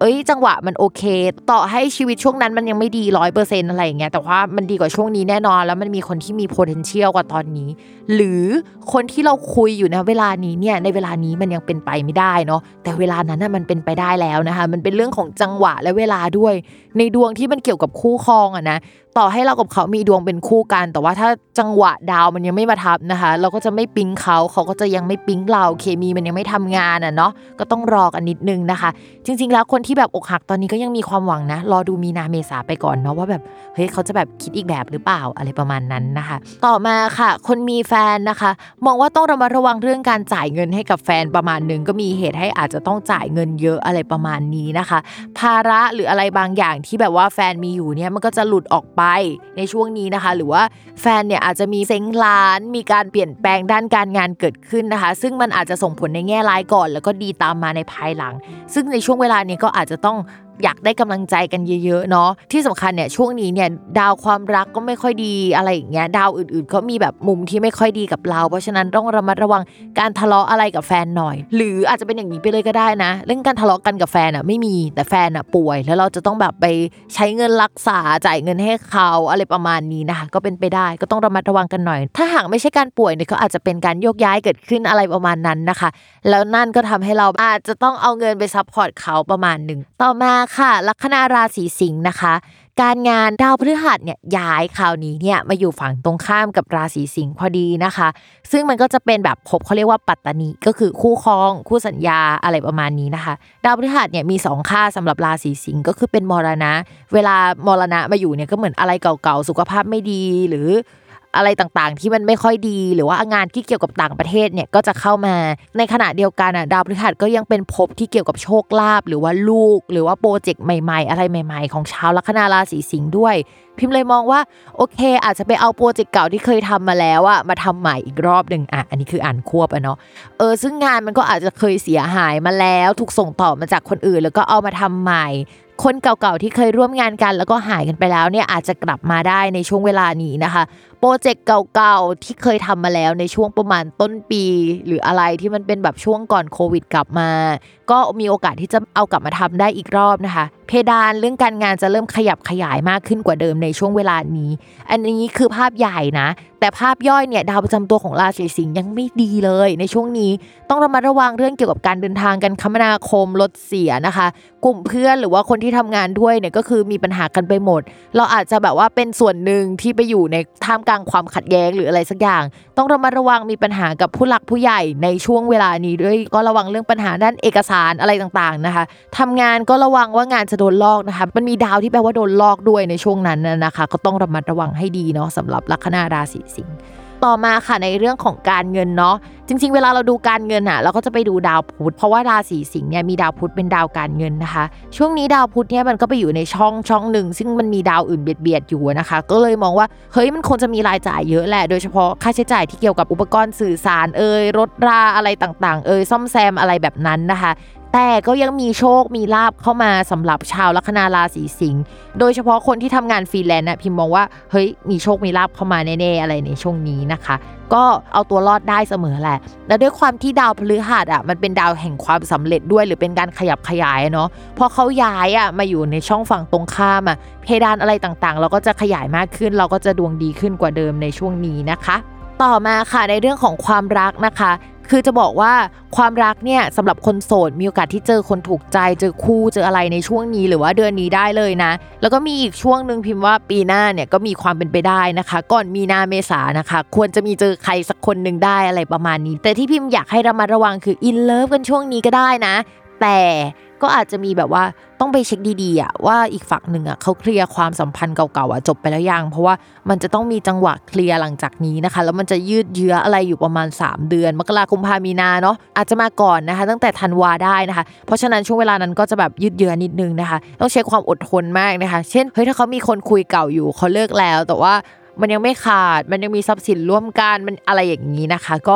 จังหวะมันโอเคต่อให้ชีวิตช่วงนั้นมันยังไม่ดี 100% อะไรอย่างเงี้ยแต่ว่ามันดีกว่าช่วงนี้แน่นอนแล้วมันมีคนที่มี potential กว่าตอนนี้หรือคนที่เราคุยอยู่นะเวลานี้เนี่ยในเวลานี้มันยังเป็นไปไม่ได้เนาะแต่เวลานั้นน่ะมันเป็นไปได้แล้วนะคะมันเป็นเรื่องของจังหวะและเวลาด้วยในดวงที่มันเกี่ยวกับคู่ครองนะต่อให้เรากับเขามีดวงเป็นคู่กันแต่ว่าถ้าจังหวะดาวมันยังไม่มาทับนะคะเราก็จะไม่ปิ๊งเขาก็จะยังไม่ปิ๊งเราเคมีมันยังไม่ทำงานเนาะก็ต้องรอกันนิดนึงนะคะจริงๆแล้วคนที่แบบอกหักตอนนี้ก็ยังมีความหวังนะรอดูมีนาเมษาไปก่อนเนาะว่าแบบเฮ้ยเขาจะแบบคิดอีกแบบหรือเปล่าอะไรประมาณนั้นนะคะต่อมาค่ะคนมีแฟนนะคะมองว่าต้องระมัดระวังเรื่องการจ่ายเงินให้กับแฟนประมาณนึงก็มีเหตุให้อาจจะต้องจ่ายเงินเยอะอะไรประมาณนี้นะคะภาระหรืออะไรบางอย่างที่แบบว่าแฟนมีอยู่เนี่ยมันก็จะหลุดออกไปในช่วงนี้นะคะหรือว่าแฟนเนี่ยอาจจะมีเซ้งร้านมีการเปลี่ยนแปลงด้านการงานเกิดขึ้นนะคะซึ่งมันอาจจะส่งผลในแง่ร้ายก่อนแล้วก็ดีตามมาในภายหลังซึ่งในช่วงเวลานี้ก็อาจจะต้องอยากได้กำลังใจกันเยอะๆเนาะที่สำคัญเนี่ยช่วงนี้เนี่ยดาวความรักก็ไม่ค่อยดีอะไรอย่างเงี้ยดาวอื่นๆก็มีแบบมุมที่ไม่ค่อยดีกับเราเพราะฉะนั้นต้องระมัดระวังการทะเลาะอะไรกับแฟนหน่อยหรืออาจจะเป็นอย่างนี้ไปเลยก็ได้นะเรื่องการทะเลาะกันกับแฟนไม่มีแต่แฟนป่วยแล้วเราจะต้องแบบไปใช้เงินรักษาจ่ายเงินให้เขาอะไรประมาณนี้นะคะก็เป็นไปได้ก็ต้องระมัดระวังกันหน่อยถ้าหากไม่ใช่การป่วยเนี่ยก็อาจจะเป็นการโยกย้ายเกิดขึ้นอะไรประมาณนั้นนะคะแล้วนั่นก็ทำให้เราอาจจะต้องเอาเงินไปซัพพอร์ตเขาประมาณนึงต่อมาค่ะลัคนาราศีสิงห์นะคะการงานดาวพฤหัสเนี่ยย้ายคราวนี้เนี่ยมาอยู่ฝั่งตรงข้ามกับราศีสิงห์พอดีนะคะซึ่งมันก็จะเป็นแบบภพเขาเรียกว่าปัตตนิก็คือคู่ครองคู่สัญญาอะไรประมาณนี้นะคะดาวพฤหัสเนี่ยมี2ค่าสำหรับราศีสิงห์ก็คือเป็นมรณะเวลามรณะมาอยู่เนี่ยก็เหมือนอะไรเก่าๆสุขภาพไม่ดีหรืออะไรต่างๆที่มันไม่ค่อยดีหรือว่างานที่เกี่ยวกับต่างประเทศเนี่ยก็จะเข้ามาในขณะเดียวกันดาวพฤหัสก็ยังเป็นภพที่เกี่ยวกับโชคลาภหรือว่าลูกหรือว่าโปรเจกต์ใหม่ๆอะไรใหม่ๆของชาวลัคนาราศีสิงห์ด้วยพิมพ์เลยมองว่าโอเคอาจจะไปเอาโปรเจกต์เก่าที่เคยทำมาแล้วมาทำใหม่อีกรอบนึงอันนี้คืออ่านควบเนาะซึ่งงานมันก็อาจจะเคยเสียหายมาแล้วถูกส่งต่อมาจากคนอื่นแล้วก็เอามาทำใหม่คนเก่าๆที่เคยร่วมงานกันแล้วก็หายกันไปแล้วเนี่ยอาจจะกลับมาได้ในช่วงเวลานี้นะคะโปรเจกต์เก่าๆที่เคยทำมาแล้วในช่วงประมาณต้นปีหรืออะไรที่มันเป็นแบบช่วงก่อนโควิดกลับมาก็มีโอกาสที่จะเอากลับมาทำได้อีกรอบนะคะเพดานเรื่องการงานจะเริ่มขยับขยายมากขึ้นกว่าเดิมในช่วงเวลานี้อันนี้คือภาพใหญ่นะแต่ภาพย่อยเนี่ยดาวประจำตัวของราศีสิงห์ยังไม่ดีเลยในช่วงนี้ต้องระมัดระวังเรื่องเกี่ยวกับการเดินทางการคมนาคมรถเสียนะคะกลุ่มเพื่อนหรือว่าคนที่ทำงานด้วยเนี่ยก็คือมีปัญหากันไปหมดเราอาจจะแบบว่าเป็นส่วนหนึ่งที่ไปอยู่ในท่ามกลางความขัดแย้งหรืออะไรสักอย่างต้องระมัดระวังมีปัญหากับผู้หลักผู้ใหญ่ในช่วงเวลานี้ด้วยก็ระวังเรื่องปัญหาด้านเอกสารอะไรต่างๆนะคะทำงานก็ระวังว่างานจะโดนลอกนะคะมันมีดาวที่แปลว่าโดนลอกด้วยในช่วงนั้นนะคะก็ต้องระมัดระวังให้ดีเนาะสำหรับลัคนาราศีสิงห์ต่อมาค่ะในเรื่องของการเงินเนาะจริงๆเวลาเราดูการเงินเราก็จะไปดูดาวพุธเพราะว่าราศีสิงห์เนี่ยมีดาวพุธเป็นดาวการเงินนะคะช่วงนี้ดาวพุธเนี่ยมันก็ไปอยู่ในช่องหนึ่งซึ่งมันมีดาวอื่นเบียดอยู่นะคะก็เลยมองว่าเฮ้ยมันคงจะมีรายจ่ายเยอะแหละโดยเฉพาะค่าใช้จ่ายที่เกี่ยวกับอุปกรณ์สื่อสารรถราอะไรต่างๆซ่อมแซมอะไรแบบนั้นนะคะแต่ก็ยังมีโชคมีลาภเข้ามาสำหรับชาวลัคนาราศีสิงห์โดยเฉพาะคนที่ทำงานฟรีแลนซ์พิมพ์มองว่าเฮ้ยมีโชคมีลาภเข้ามาแน่ๆอะไรในช่วงนี้นะคะก็เอาตัวรอดได้เสมอแหละและด้วยความที่ดาวพฤหัสมันเป็นดาวแห่งความสำเร็จด้วยหรือเป็นการขยับขยายเนาะพอเขาย้ายมาอยู่ในช่องฝั่งตรงข้ามเพดานอะไรต่างๆเราก็จะขยายมากขึ้นเราก็จะดวงดีขึ้นกว่าเดิมในช่วงนี้นะคะต่อมาค่ะในเรื่องของความรักนะคะคือจะบอกว่าความรักเนี่ยสำหรับคนโสดมีโอกาสที่เจอคนถูกใจเจอคู่เจออะไรในช่วงนี้หรือว่าเดือนนี้ได้เลยนะแล้วก็มีอีกช่วงนึงพิมพ์ว่าปีหน้าเนี่ยก็มีความเป็นไปได้นะคะก่อนมีนาเมษานะคะควรจะมีเจอใครสักคนนึงได้อะไรประมาณนี้แต่ที่พิมพ์อยากให้ระมัดระวังคืออินเลิฟกันช่วงนี้ก็ได้นะแต่ก็อาจจะมีแบบว่าต้องไปเช็คดีๆว่าอีกฝั่งหนึ่งเขาเคลียร์ความสัมพันธ์เก่าๆจบไปแล้วยังเพราะว่ามันจะต้องมีจังหวะเคลียร์หลังจากนี้นะคะแล้วมันจะยืดเยื้ออะไรอยู่ประมาณ3เดือนมกราคมมีนาเนาะอาจจะมาก่อนนะคะตั้งแต่ธันวาได้นะคะเพราะฉะนั้นช่วงเวลานั้นก็จะแบบยืดเยื้อนิดนึงนะคะต้องใช้ความอดทนมากนะคะเช่นเฮ้ยถ้าเขามีคนคุยเก่าอยู่เขาเลิกแล้วแต่ว่ามันยังไม่ขาดมันยังมีทรัพย์สินร่วมกันมันอะไรอย่างนี้นะคะก็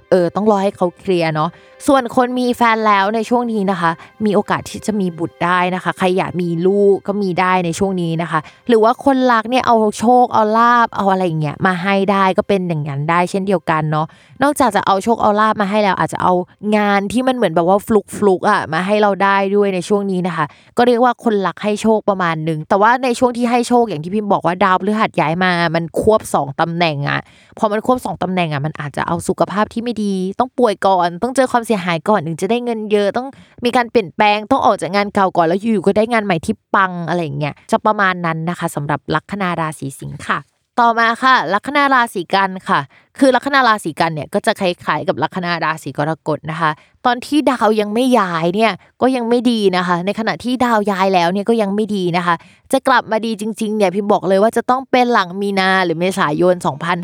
ต้องรอให้เขาเคลียร์เนาะส่วนคนมีแฟนแล้วในช่วงนี้นะคะมีโอกาสที่จะมีบุตรได้นะคะใครอยากมีลูกก็มีได้ในช่วงนี้นะคะหรือว่าคนรักเนี่ยเอาโชคเอาลาภเอาอะไรอย่างเงี้ยมาให้ได้ก็เป็นอย่างนั้นได้เช่นเดียวกันเนาะนอกจากจะเอาโชคเอาลาภมาให้แล้วอาจจะเอางานที่มันเหมือนแบบว่าฟลุกมาให้เราได้ด้วยในช่วงนี้นะคะก็เรียกว่าคนรักให้โชคประมาณนึงแต่ว่าในช่วงที่ให้โชคอย่างที่พิมพ์บอกว่าดาวพฤหัสย้ายมามันควบ2ตำแหน่งพอมันควบ2ตำแหน่งมันอาจจะเอาสุขภาพที่ไม่ดีต้องป่วยก่อนต้องเจอความเสียหายก่อนถึงจะได้เงินเยอะต้องมีการเปลี่ยนแปลงต้องออกจากงานเก่าก่อนแล้วอยู่ๆก็ได้งานใหม่ที่ปังอะไรอย่างเงี้ยจะประมาณนั้นนะคะสำหรับลัคนาราศีสิงค์ค่ะต่อมาค่ะลัคนาราศีกันค่ะคือลัคนาราศีกันเนี่ยก็จะคล้ายๆกับลัคนาราศีกรกฎนะคะตอนที่ดาวยังไม่ย้ายเนี่ยก็ยังไม่ดีนะคะในขณะที่ดาวย้ายแล้วเนี่ยก็ยังไม่ดีนะคะจะกลับมาดีจริงๆเนี่ยพิมพ์บอกเลยว่าจะต้องเป็นหลังมีนาหรือเมษายน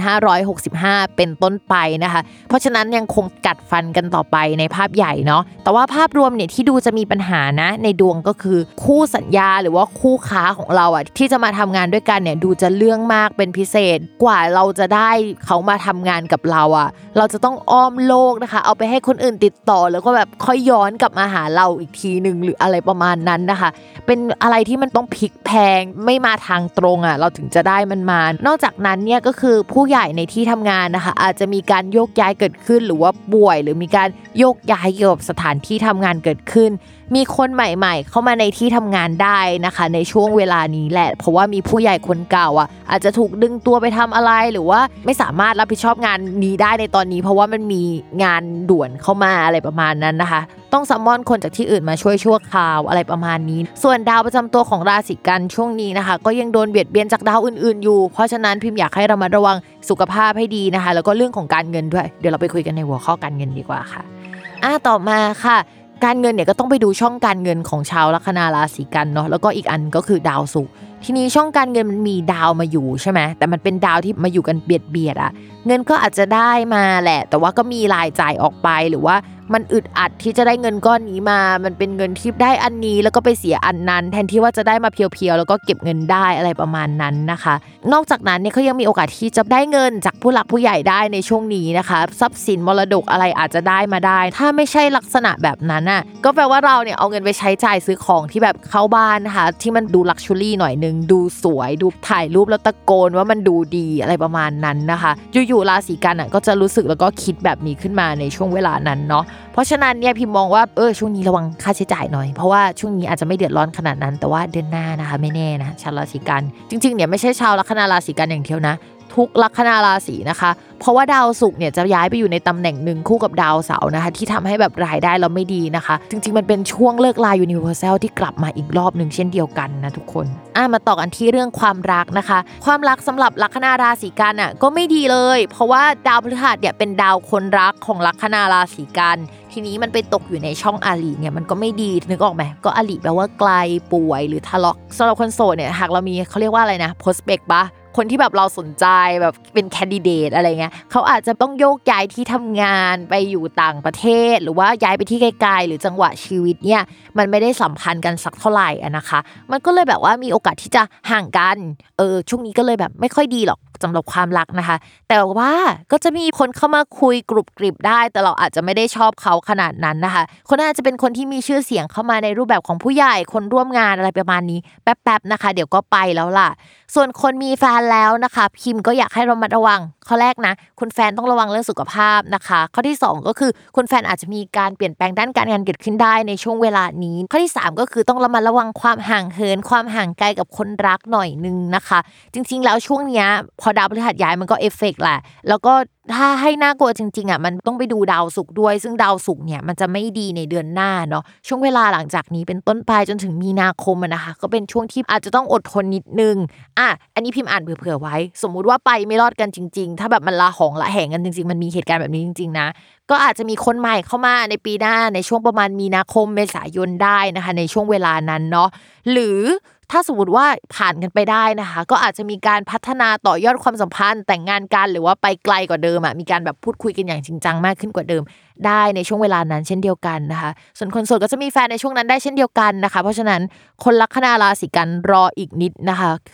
2565เป็นต้นไปนะคะเพราะฉะนั้นยังคงกัดฟันกันต่อไปในภาพใหญ่เนาะแต่ว่าภาพรวมเนี่ยที่ดูจะมีปัญหานะในดวงก็คือคู่สัญญาหรือว่าคู่ค้าของเราที่จะมาทำงานด้วยกันเนี่ยดูจะเรื่องมากเป็นพิเศษกว่าเราจะได้เขามาทำงานกับเราเราจะต้องอ้อมโลกนะคะเอาไปให้คนอื่นติดต่อแล้วก็แบบค่อยย้อนกลับมาหาเราอีกทีนึงหรืออะไรประมาณนั้นนะคะเป็นอะไรที่มันต้องพลิกแพงไม่มาทางตรงเราถึงจะได้มันมานอกจากนั้นเนี่ยก็คือผู้ใหญ่ในที่ทำงานนะคะอาจจะมีการโยกย้ายเกิดขึ้นหรือว่าป่วยหรือมีการโยกย้ายเกี่ยวกับสถานที่ทำงานเกิดขึ้นมีคนใหม่ๆเข้ามาในที่ทำงานได้นะคะในช่วงเวลานี้แหละเพราะว่ามีผู้ใหญ่คนเก่าอาจจะถูกดึงตัวไปทำอะไรหรือว่าไม่สามารถรับผิดชอบงานนี้ได้ในตอนนี้เพราะว่ามันมีงานด่วนเข้ามาอะไรประมาณนั้นนะคะต้องซัมมอนคนจากที่อื่นมาช่วยชั่วคราวอะไรประมาณนี้ส่วนดาวประจำตัวของราศีกันช่วงนี้นะคะก็ยังโดนเบียดเบียนจากดาวอื่นๆอยู่เพราะฉะนั้นพิมพ์อยากให้เรามาระวังสุขภาพให้ดีนะคะแล้วก็เรื่องของการเงินด้วยเดี๋ยวเราไปคุยกันในหัวข้อการเงินดีกว่าค่ะต่อมาค่ะการเงินเนี่ยก็ต้องไปดูช่องการเงินของชาวลัคนาราศีกันเนาะแล้วก็อีกอันก็คือดาวศุกร์ทีนี้ช่องการเงินมันมีดาวมาอยู่ใช่ไหมแต่มันเป็นดาวที่มาอยู่กันเบียดเงินก็อาจจะได้มาแหละแต่ว่าก็มีรายจ่ายออกไปหรือว่ามันอึดอัดที่จะได้เงินก้อนนี้มามันเป็นเงินที่ได้อันนี้แล้วก็ไปเสียอันนั้นแทนที่ว่าจะได้มาเพียวๆแล้วก็เก็บเงินได้อะไรประมาณนั้นนะคะนอกจากนั้นเนี่ยเขายังมีโอกาสที่จะได้เงินจากผู้หลักผู้ใหญ่ได้ในช่วงนี้นะคะทรัพย์สินมรดกอะไรอาจจะได้มาได้ถ้าไม่ใช่ลักษณะแบบนั้นก็แปลว่าเราเนี่ยเอาเงินไปใช้จ่ายซื้อของที่แบบเข้าบ้านนะคะที่มันดูลักชัวรี่หน่อยนึงดูสวยดูถ่ายรูปแล้วตะโกนว่ามันดูดีอะไรประมาณนั้นนะคะอยู่ๆราศีกันก็จะรู้สึกแล้วก็คิดแบบนี้ขึ้นมาในช่วงเวลานั้นเนาะเพราะฉะนั้นเนี่ยพิมมองว่าช่วงนี้ระวังค่าใช้จ่ายหน่อยเพราะว่าช่วงนี้อาจจะไม่เดือดร้อนขนาดนั้นแต่ว่าเดือนหน้านะคะไม่แน่นะชาวราศีกันจริงๆเนี่ยไม่ใช่ชาวลัคนาราศีกันอย่างเดียวนะทุกลัคนาราศีนะคะเพราะว่าดาวศุกร์เนี่ยจะย้ายไปอยู่ในตำแหน่งนึงคู่กับดาวเสาร์นะคะที่ทำให้แบบรายได้เราไม่ดีนะคะจริงๆมันเป็นช่วงเลิกลายูนิเวอร์แซลที่กลับมาอีกรอบนึงเช่นเดียวกันนะทุกคนมาต่อกันที่เรื่องความรักนะคะความรักสำหรับลัคนาราศีกันก็ไม่ดีเลยเพราะว่าดาวพฤหัสเนี่ยเป็นดาวคนรักของลัคนาราศีกันทีนี้มันไปตกอยู่ในช่องอาลีเนี่ยมันก็ไม่ดีนึกออกไหมก็อาลีแปลว่าไกลป่วยหรือทะเลาะสำหรับคนโสดเนี่ยหากเรามีเขาเรียกว่าอะไรนะ prospect ปะคนที่แบบเราสนใจแบบเป็นแคนดิเดตอะไรเงี้ยเขาอาจจะต้องโยกย้ายที่ทำงานไปอยู่ต่างประเทศหรือว่าย้ายไปที่ไกลๆหรือจังหวะชีวิตเนี่ยมันไม่ได้สัมพันธ์กันสักเท่าไหร่นะคะมันก็เลยแบบว่ามีโอกาสที่จะห่างกันช่วงนี้ก็เลยแบบไม่ค่อยดีหรอกสำหรับความรักนะคะแต่ว่าก็จะมีคนเข้ามาคุยกรุบกริบได้แต่เราอาจจะไม่ได้ชอบเขาขนาดนั้นนะคะคนอาจจะเป็นคนที่มีชื่อเสียงเข้ามาในรูปแบบของผู้ใหญ่คนร่วมงานอะไรประมาณนี้แป๊บๆนะคะเดี๋ยวก็ไปแล้วล่ะส่วนคนมีแฟนแล้วนะคะพิมก็อยากให้เรามาระวังข้อแรกนะคุณแฟนต้องระวังเรื่องสุขภาพนะคะข้อที่2ก็คือคุณแฟนอาจจะมีการเปลี่ยนแปลงด้านการงานเกิดขึ้นได้ในช่วงเวลานี้ข้อที่3ก็คือต้องระมัดระวังความห่างเหินความห่างไกลกับคนรักหน่อยนึงนะคะจริงๆแล้วช่วงเนี้ยพอดาวพฤหัสย้ายมันก็เอฟเฟกต์แหละแล้วก็ถ้าให้น่ากลัวจริงๆมันต้องไปดูดาวศุกร์ด้วยซึ่งดาวศุกร์เนี่ยมันจะไม่ดีในเดือนหน้าเนาะช่วงเวลาหลังจากนี้เป็นต้นไปจนถึงมีนาคมนะคะก็เป็นช่วงที่อาจจะต้องอดทนนิดนึงอันนี้พิมพ์อ่านเผื่อๆไว้สมมุติว่าไปไม่รอดกันจริงๆถ้าแบบมันละหองละแหงกันจริงๆมันมีเหตุการณ์แบบนี้จริงๆนะก็อาจจะมีคนใหม่เข้ามาในปีหน้าในช่วงประมาณมีนาคมเมษายนได้นะคะในช่วงเวลานั้นเนาะหรือถ้าสมมติว่าผ่านกันไปได้นะคะก็อาจจะมีการพัฒนาต่อยอดความสัมพันธ์แต่งงานกันหรือว่าไปไกลกว่าเดิมมีการแบบพูดคุยกันอย่างจริงจังมากขึ้นกว่าเดิมได้ในช่วงเวลานั้นเช่นเดียวกันนะคะส่วนคนโสดก็จะมีแฟนในช่วงนั้นได้เช่นเดียวกันนะคะเพราะฉะนั้นคนลัคนาราศีกันรออีกนิดนะคะคือ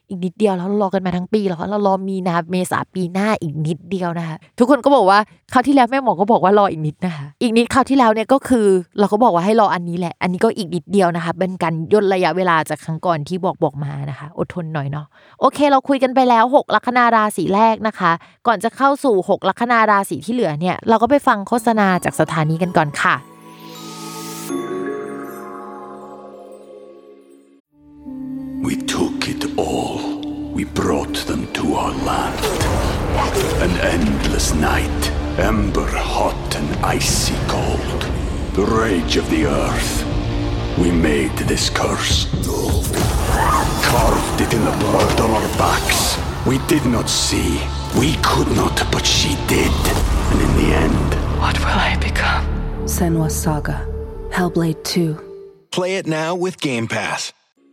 อีกนิดเดียวแล้วรอกันมาทั้งปีแล้วเรารอมีนาเมษาปีหน้าอีกนิดเดียวนะคะทุกคนก็บอกว่าคราวที่แล้วแม่หมอก็บอกว่ารออีกนิดนะคะอีกนิดคราวที่แล้วเนี่ยก็คือเราก็บอกว่าให้รออันนี้แหละอันนี้ก็อีกนิดเดียวนะคะเป็นการย่นระยะเวลาจากครั้งก่อนที่บอกมานะคะอดทนหน่อยเนาะโอเคเราคุยกันไปแล้ว6ลัคนาราศีแรกนะคะก่อนจะเข้าสู่6ลัคนาราศีที่เหลือเนี่ยเราก็ไปฟังโฆษณาจากสถานีกันก่อนค่ะ We took it all. We brought them to our land. An endless night, ember hot and icy cold. The rage of the earth. We made this curse. Carved it in the blood on our backs. We did not see. We could not, but she did. And in the end... What will I become? Senua's Saga. Hellblade 2. Play it now with Game Pass.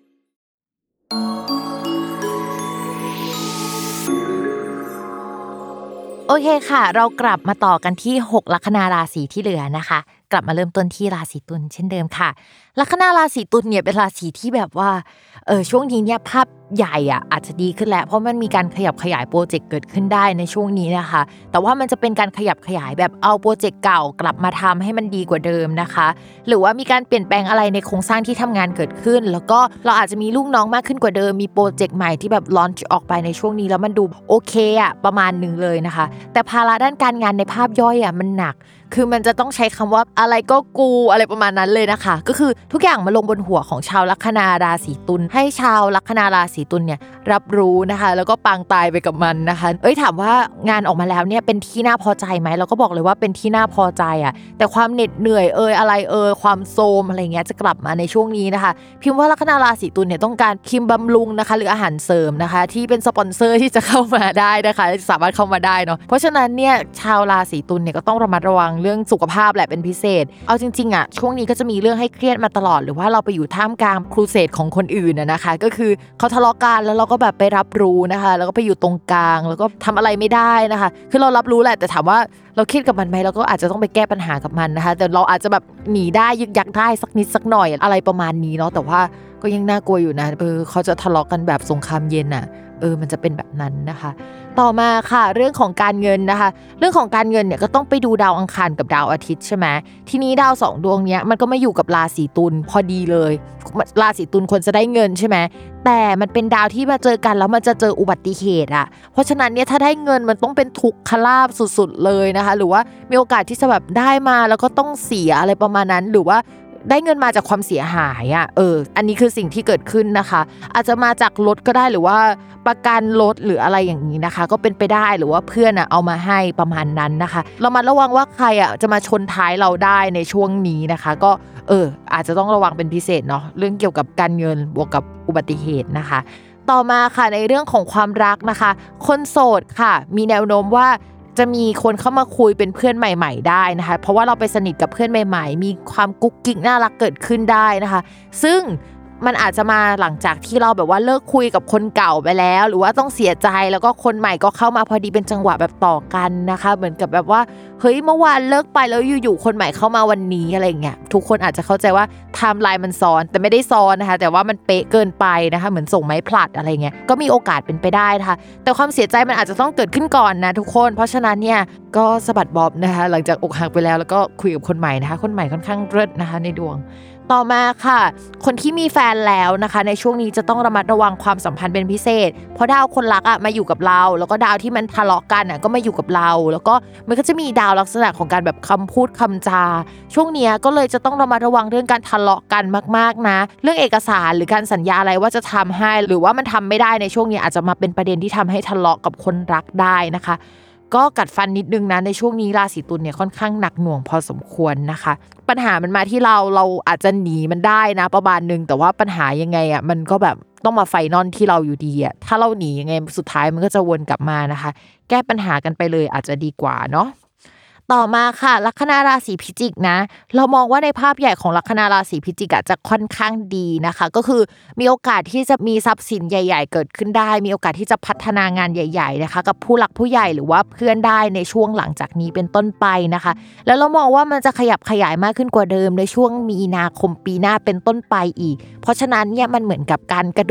โอเคค่ะเรากลับมาต่อกันที่6ลัคนาราศีที่เหลือนะคะกลับมาเริ่มต้นที่ราศีตุลเช่นเดิมค่ะลัคนาราศีตุลเนี่ยเป็นราศีที่แบบว่าช่วงนี้เนี่ยภาพใหญ่อ่ะอาจจะดีขึ้นแล้วเพราะมันมีการขยับขยายโปรเจกต์เกิดขึ้นได้ในช่วงนี้นะคะแต่ว่ามันจะเป็นการขยับขยายแบบเอาโปรเจกต์เก่ากลับมาทำให้มันดีกว่าเดิมนะคะหรือว่ามีการเปลี่ยนแปลงอะไรในโครงสร้างที่ทำงานเกิดขึ้นแล้วก็เราอาจจะมีลูกน้องมากขึ้นกว่าเดิมมีโปรเจกต์ใหม่ที่แบบลอนช์ออกไปในช่วงนี้แล้วมันดูโอเคอ่ะประมาณนึงเลยนะคะแต่ภาระด้านการงานในภาพย่อยอ่ะมันหนักคือมันจะต้องใช้คำว่าอะไรก็กูอะไรประมาณนั้นเลยนะคะก็คือทุกอย่างมาลงบนหัวของชาวลัคนาราศีตุลให้ชาวลัคนาราศีตุลเนี่ยรับรู้นะคะแล้วก็ปางตายไปกับมันนะคะถามว่างานออกมาแล้วเนี่ยเป็นที่น่าพอใจไหมเราก็บอกเลยว่าเป็นที่น่าพอใจอ่ะแต่ความเหน็ดเหนื่อยอะไรความโทรมอะไรเงี้ยจะกลับมาในช่วงนี้นะคะพิมพ์ว่าลัคนาราศีตุลเนี่ยต้องการครีมบำรุงนะคะหรืออาหารเสริมนะคะที่เป็นสปอนเซอร์ที่จะเข้ามาได้นะคะสามารถเข้ามาได้เนาะเพราะฉะนั้นเนี่ยชาวราศีตุลเนี่ยก็ต้องระมัดระวังเรื่องสุขภาพแหละเป็นพิเศษเอาจริงๆอ่ะช่วงนี้ก็จะมีเรื่องให้เครียดมาตลอดหรือว่าเราไปอยู่ท่ามกลางครูเสดของคนอื่นนะคะก็คือเขาทะเลาะกันแล้วเราก็แบบไปรับรู้นะคะแล้วก็ไปอยู่ตรงกลางแล้วก็ทำอะไรไม่ได้นะคะคือเรารับรู้แหละแต่ถามว่าเราเครียดกับมันไหมเราก็อาจจะต้องไปแก้ปัญหากับมันนะคะแต่เราอาจจะแบบหนีได้ยึกยักได้สักนิดสักหน่อยอะไรประมาณนี้เนาะแต่ว่าก็ยังน่ากลัวอยู่นะเขาจะทะเลาะกันแบบสงครามเย็นอ่ะมันจะเป็นแบบนั้นนะคะต่อมาค่ะเรื่องของการเงินนะคะเรื่องของการเงินเนี่ยก็ต้องไปดูดาวอังคารกับดาวอาทิตย์ใช่ไหมทีนี้ดาว2ดวงเนี้ยมันก็มาอยู่กับราศีตุลพอดีเลยราศีตุลควรจะได้เงินใช่ไหมแต่มันเป็นดาวที่มาเจอกันแล้วมันจะเจออุบัติเหตุอ่ะเพราะฉะนั้นเนี่ยถ้าได้เงินมันต้องเป็นทุกขลาภสุดๆเลยนะคะหรือว่ามีโอกาสที่จะแบบได้มาแล้วก็ต้องเสียอะไรประมาณนั้นหรือว่าได้เงินมาจากความเสียหายอ่ะอันนี้คือสิ่งที่เกิดขึ้นนะคะอาจจะมาจากรถก็ได้หรือว่าประกันรถหรืออะไรอย่างนี้นะคะก็เป็นไปได้หรือว่าเพื่อนเอามาให้ประมาณนั้นนะคะเรามาระวังว่าใครจะมาชนท้ายเราได้ในช่วงนี้นะคะก็อาจจะต้องระวังเป็นพิเศษเนาะเรื่องเกี่ยวกับการเงินบวกกับอุบัติเหตุนะคะต่อมาค่ะในเรื่องของความรักนะคะคนโสดค่ะมีแนวโน้มว่าจะมีคนเข้ามาคุยเป็นเพื่อนใหม่ๆได้นะคะเพราะว่าเราไปสนิทกับเพื่อนใหม่ๆมีความกุ๊กกิ๊กน่ารักเกิดขึ้นได้นะคะซึ่งมันอาจจะมาหลังจากที่เราแบบว่าเลิกคุยกับคนเก่าไปแล้วหรือว่าต้องเสียใจแล้วก็คนใหม่ก็เข้ามาพอดีเป็นจังหวะแบบต่อกันนะคะเหมือนกับแบบว่าเฮ้ยเมื่อวานเลิกไปแล้วอยู่ๆคนใหม่เข้ามาวันนี้อะไรเงี้ยทุกคนอาจจะเข้าใจว่าไทม์ไลน์มันซ้อนแต่ไม่ได้ซ้อนนะคะแต่ว่ามันเป๊ะเกินไปนะคะเหมือนส่งไม้ผลัดอะไรเงี้ยก็มีโอกาสเป็นไปได้นะคะแต่ความเสียใจมันอาจจะต้องเกิดขึ้นก่อนนะทุกคนเพราะฉะนั้นเนี่ยก็สะบัดบ๊อบนะคะหลังจากอกหักไปแล้วก็คุยกับคนใหม่นะคะคนใหม่ค่อนข้างเลิศนะคะในดวงต่อมาค่ะคนที่มีแฟนแล้วนะคะในช่วงนี้จะต้องระมัดระวังความสัมพันธ์เป็นพิเศษเพราะดาวคนรักมาอยู่กับเราแล้วก็ดาวที่มันทะเลาะกันก็มาอยู่กับเราแล้วก็มันก็จะมีดาวลักษณะของการแบบคำพูดคำจาช่วงนี้ก็เลยจะต้องระมัดระวังเรื่องการทะเลาะกันมากๆนะเรื่องเอกสารหรือการสัญญาอะไรว่าจะทำให้หรือว่ามันทำไม่ได้ในช่วงนี้อาจจะมาเป็นประเด็นที่ทำให้ทะเลาะกับคนรักได้นะคะก็กัดฟันนิดนึงนะในช่วงนี้ราศีตุลเนี่ยค่อนข้างหนักหน่วงพอสมควรนะคะปัญหามันมาที่เราอาจจะหนีมันได้นะประมาณนึงแต่ว่าปัญหายังไงมันก็แบบต้องมาไฟนอลที่เราอยู่ดีถ้าเราหนียังไงสุดท้ายมันก็จะวนกลับมานะคะแก้ปัญหากันไปเลยอาจจะดีกว่าเนาะต่อมาค่ะลัคนาราศีพิจิกนะเรามองว่าในภาพใหญ่ของลัคนาราศีพิจิกจะค่อนข้างดีนะคะก็คือมีโอกาสที่จะมีทรัพย์สินใหญ่ๆเกิดขึ้นได้มีโอกาสที่จะพัฒนางานใหญ่ๆนะคะกับผู้หลักผู้ใหญ่หรือว่าเพื่อนได้ในช่วงหลังจากนี้เป็นต้นไปนะคะแล้วเรามองว่ามันจะขยับขยายมากขึ้นกว่าเดิมในช่วงมีนาคมปีหน้าเป็นต้นไปอีกเพราะฉะนั้นเนี่ยมันเหมือนกับการกระโดด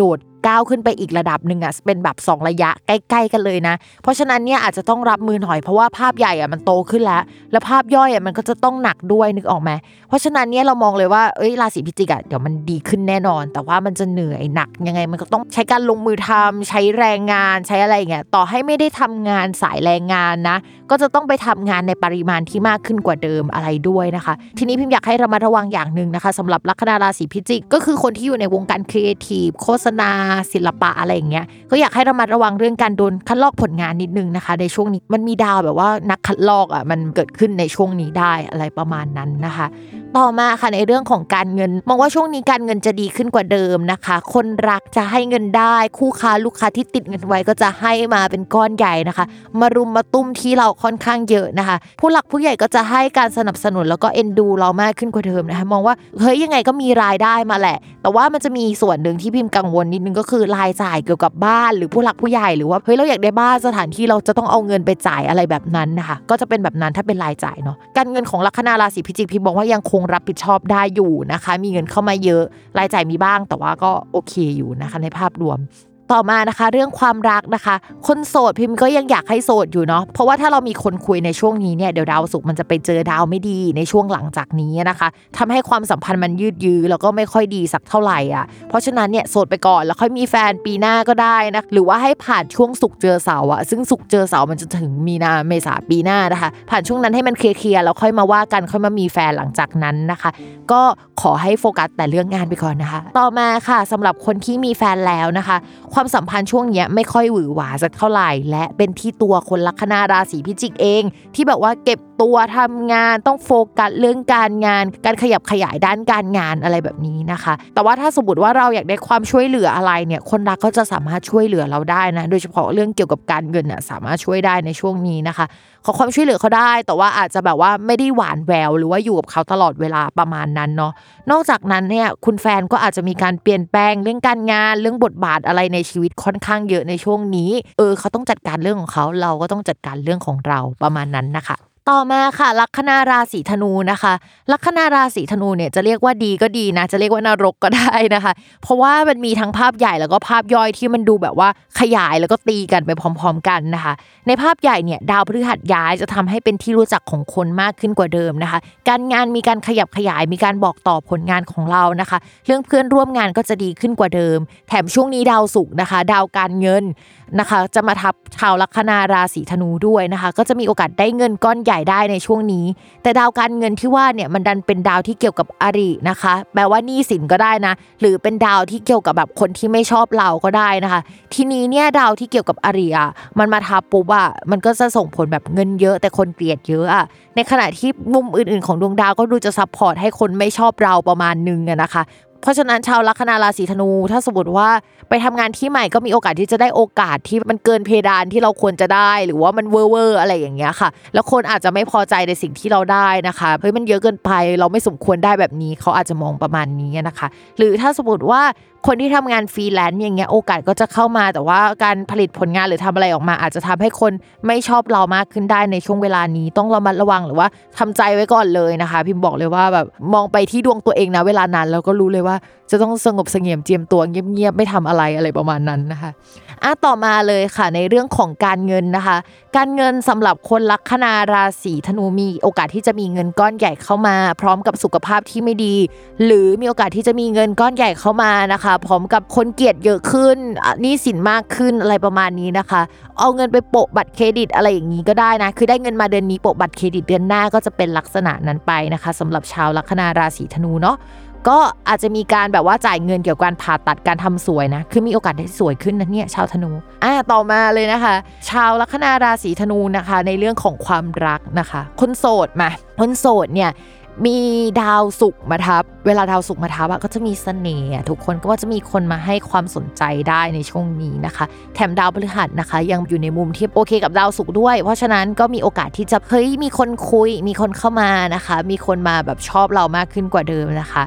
ก้าวขึ้นไปอีกระดับนึงอ่ะเป็นแบบ2ระยะใกล้ๆกันเลยนะเพราะฉะนั้นเนี่ยอาจจะต้องรับมือหน่อยเพราะว่าภาพใหญ่อ่ะมันโตขึ้นแล้วภาพย่อยอ่ะมันก็จะต้องหนักด้วยนึกออกมั้ยเพราะฉะนั้นเนี่ยเรามองเลยว่าราศีพิจิกอ่ะเดี๋ยวมันดีขึ้นแน่นอนแต่ว่ามันจะเหนื่อยหนักยังไงมันก็ต้องใช้การลงมือทำใช้แรงงานใช้อะไรอย่างเงี้ยต่อให้ไม่ได้ทำงานสายแรงงานนะก็จะต้องไปทำงานในปริมาณที่มากขึ้นกว่าเดิมอะไรด้วยนะคะทีนี้พิมอยากให้ระมัดระวังอย่างนึงนะคะสำหรับลัคนาราศีพิจิกก็คือคนที่อยู่ในวงการครีเอทีฟโฆษณาศิลปะอะไรอย่างเงี้ยก็อยากให้ระมัดระวังเรื่องการโดนคัดลอกผลงานนิดนึงนะคะในช่วงนี้มันมีดาวแบบว่านักคัดลอกอ่ะมันเกิดขึ้นในช่วงนี้ได้อะไรประมาณนั้นนะคะต่อมาค่ะในเรื่องของการเงินมองว่าช่วงนี้การเงินจะดีขึ้นกว่าเดิมนะคะคนรักจะให้เงินได้คู่ค้าลูกค้าที่ติดเงินไว้ก็จะให้มาเป็นก้อนใหญ่นะคะมารุมมาตุ้มที่เราค่อนข้างเยอะนะคะผู้หลักผู้ใหญ่ก็จะให้การสนับสนุนแล้วก็เอ็นดูเรามากขึ้นกว่าเดิมนะคะมองว่าเฮ้ยยังไงก็มีรายได้มาแหละแต่ว่ามันจะมีส่วนนึงที่พิมกังวลนิดนึงก็คือรายจ่ายเกี่ยวกับบ้านหรือผู้หลักผู้ใหญ่หรือว่าเฮ้ยเราอยากได้บ้านสถานที่เราจะต้องเอาเงินไปจ่ายอะไรแบบนั้นนะคะก็จะเป็นแบบนั้นถ้าเป็นรายจ่ายเนาะการเงินของลัคนาราศีพิจิกพิมบอกว่ายังคงรับผิดชอบได้อยู่นะคะมีเงินเข้ามาเยอะรายจ่ายมีบ้างแต่ว่าก็โอเคอยู่นะคะในภาพรวมต่อมานะคะเรื่องความรักนะคะคนโสดพิมก็ยังอยากให้โสดอยู่เนาะเพราะว่าถ้าเรามีคนคุยในช่วงนี้เนี่ยเดี๋ยวดาวศุกร์มันจะไปเจอดาวไม่ดีในช่วงหลังจากนี้นะคะทำให้ความสัมพันธ์มันยืดยื้อแล้วก็ไม่ค่อยดีสักเท่าไหร่อ่ะเพราะฉะนั้นเนี่ยโสดไปก่อนแล้วค่อยมีแฟนปีหน้าก็ได้นะหรือว่าให้ผ่านช่วงศุกร์เจอเสาร์อ่ะซึ่งศุกร์เจอเสาร์มันจะถึงมีนาเมษาปีหน้านะคะผ่านช่วงนั้นให้มันเคลียร์แล้วค่อยมาว่ากันค่อยมามีแฟนหลังจากนั้นนะคะก็ขอให้โฟกัสแต่เรื่องงานไปก่อนนะคะต่อมาค่ะสำหรับคนที่มีแฟนแล้วนะคะความสัมพันธ์ช่วงไม่ค่อยหวือหวาสักเท่าไหร่และเป็นที่ตัวคนลัคนาราศีพิจิกเองที่แบบว่าเก็บตัวทำงานต้องโฟกัสเรื่องการงานการขยับขยายด้านการงานอะไรแบบนี้นะคะแต่ว่าถ้าสมมติว่าเราอยากได้ความช่วยเหลืออะไรเนี่ยคนรักก็จะสามารถช่วยเหลือเราได้นะโดยเฉพาะเรื่องเกี่ยวกับการเงินน่ะสามารถช่วยได้ในช่วงนี้นะคะขอความช่วยเหลือเขาได้แต่ว่าอาจจะแบบว่าไม่ได้หวานแววหรือว่าอยู่กับเขาตลอดเวลาประมาณนั้นเนาะนอกจากนั้นเนี่ยคุณแฟนก็อาจจะมีการเปลี่ยนแปลงเรื่องการงานเรื่องบทบาทอะไรในชีวิตค่อนข้างเยอะในช่วงนี้เขาต้องจัดการเรื่องของเขาเราก็ต้องจัดการเรื่องของเราประมาณนั้นนะคะต่อมาค่ะลัคนาราศีธนูนะคะลัคนาราศีธนูเนี่ยจะเรียกว่าดีก็ดีนะจะเรียกว่านรกก็ได้นะคะเพราะว่ามันมีทั้งภาพใหญ่แล้วก็ภาพย่อยที่มันดูแบบว่าขยายแล้วก็ตีกันไปพร้อมๆกันนะคะในภาพใหญ่เนี่ยดาวพฤหัสย้ายจะทำให้เป็นที่รู้จักของคนมากขึ้นกว่าเดิมนะคะการงานมีการขยับขยายมีการบอกต่อผลงานของเรานะคะเรื่องเพื่อนร่วมงานก็จะดีขึ้นกว่าเดิมแถมช่วงนี้ดาวศุกร์นะคะดาวการเงินนะคะจะมาทับชาวลัคนาราศีธนูด้วยนะคะก็จะมีโอกาสได้เงินก้อนใหญ่ได้ในช่วงนี้แต่ดาวการเงินที่ว่าเนี่ยมันดันเป็นดาวที่เกี่ยวกับอรินะคะแปลว่าหนี้สินก็ได้นะหรือเป็นดาวที่เกี่ยวกับแบบคนที่ไม่ชอบเราก็ได้นะคะทีนี้เนี่ยดาวที่เกี่ยวกับอริอ่ะมันมาทับปุ๊บอ่ะมันก็จะส่งผลแบบเงินเยอะแต่คนเกลียดเยอะอ่ะในขณะที่มุมอื่นๆของดวงดาวก็ดูจะซัพพอร์ตให้คนไม่ชอบเราประมาณนึงอะนะคะเพราะฉะนั้นชาวลัคนาราศีธนูถ้าสมมติว่าไปทำงานที่ใหม่ก็มีโอกาสที่จะได้โอกาสที่มันเกินเพดานที่เราควรจะได้หรือว่ามันเวอร์อะไรอย่างเงี้ยค่ะแล้วคนอาจจะไม่พอใจในสิ่งที่เราได้นะคะเฮ้ยมันเยอะเกินไปเราไม่สมควรได้แบบนี้เขาอาจจะมองประมาณนี้นะคะหรือถ้าสมมติว่าคนที่ทำงานฟรีแลนซ์อย่างเงี้ยโอกาสก็จะเข้ามาแต่ว่าการผลิตผลงานหรือทำอะไรออกมาอาจจะทำให้คนไม่ชอบเรามากขึ้นได้ในช่วงเวลานี้ต้องระมัดระวังหรือว่าทำใจไว้ก่อนเลยนะคะพิมบอกเลยว่าแบบมองไปที่ดวงตัวเองนะเวลานั้นแล้วก็รู้เลยว่าจะต้องสงบเสงี่ยมเจียมตัวเงียบๆไม่ทำอะไรประมาณนั้นนะคะต่อมาเลยค่ะในเรื่องของการเงินนะคะการเงินสำหรับคนลัคนาราศีธนูมีโอกาสที่จะมีเงินก้อนใหญ่เข้ามาพร้อมกับสุขภาพที่ไม่ดีหรือมีโอกาสที่จะมีเงินก้อนใหญ่เข้ามานะคะพร้อมกับคนเกลียดเยอะขึ้นหนี้สินมากขึ้นอะไรประมาณนี้นะคะเอาเงินไปโปะบัตรเครดิตอะไรอย่างนี้ก็ได้นะคือได้เงินมาเดือนนี้โปะบัตรเครดิตเดือนหน้าก็จะเป็นลักษณะนั้นไปนะคะสำหรับชาวลัคนาราศีธนูเนาะก็อาจจะมีการแบบว่าจ่ายเงินเกี่ยวกับการผ่าตัดการทำสวยนะคือมีโอกาสได้สวยขึ้นนะเนี่ยชาวธนูต่อมาเลยนะคะชาวลัคนาราศีธนูนะคะในเรื่องของความรักนะคะคนโสดคนโสดเนี่ยมีดาวศุกร์มาทับเวลาดาวศุกร์มาทับก็จะมีเสน่ห์ทุกคนก็ว่าจะมีคนมาให้ความสนใจได้ในช่วงนี้นะคะแถมดาวพฤหัสนะคะยังอยู่ในมุมที่โอเคกับดาวศุกร์ด้วยเพราะฉะนั้นก็มีโอกาสที่จะมีคนคุยมีคนเข้ามานะคะมีคนมาแบบชอบเรามากขึ้นกว่าเดิมนะคะ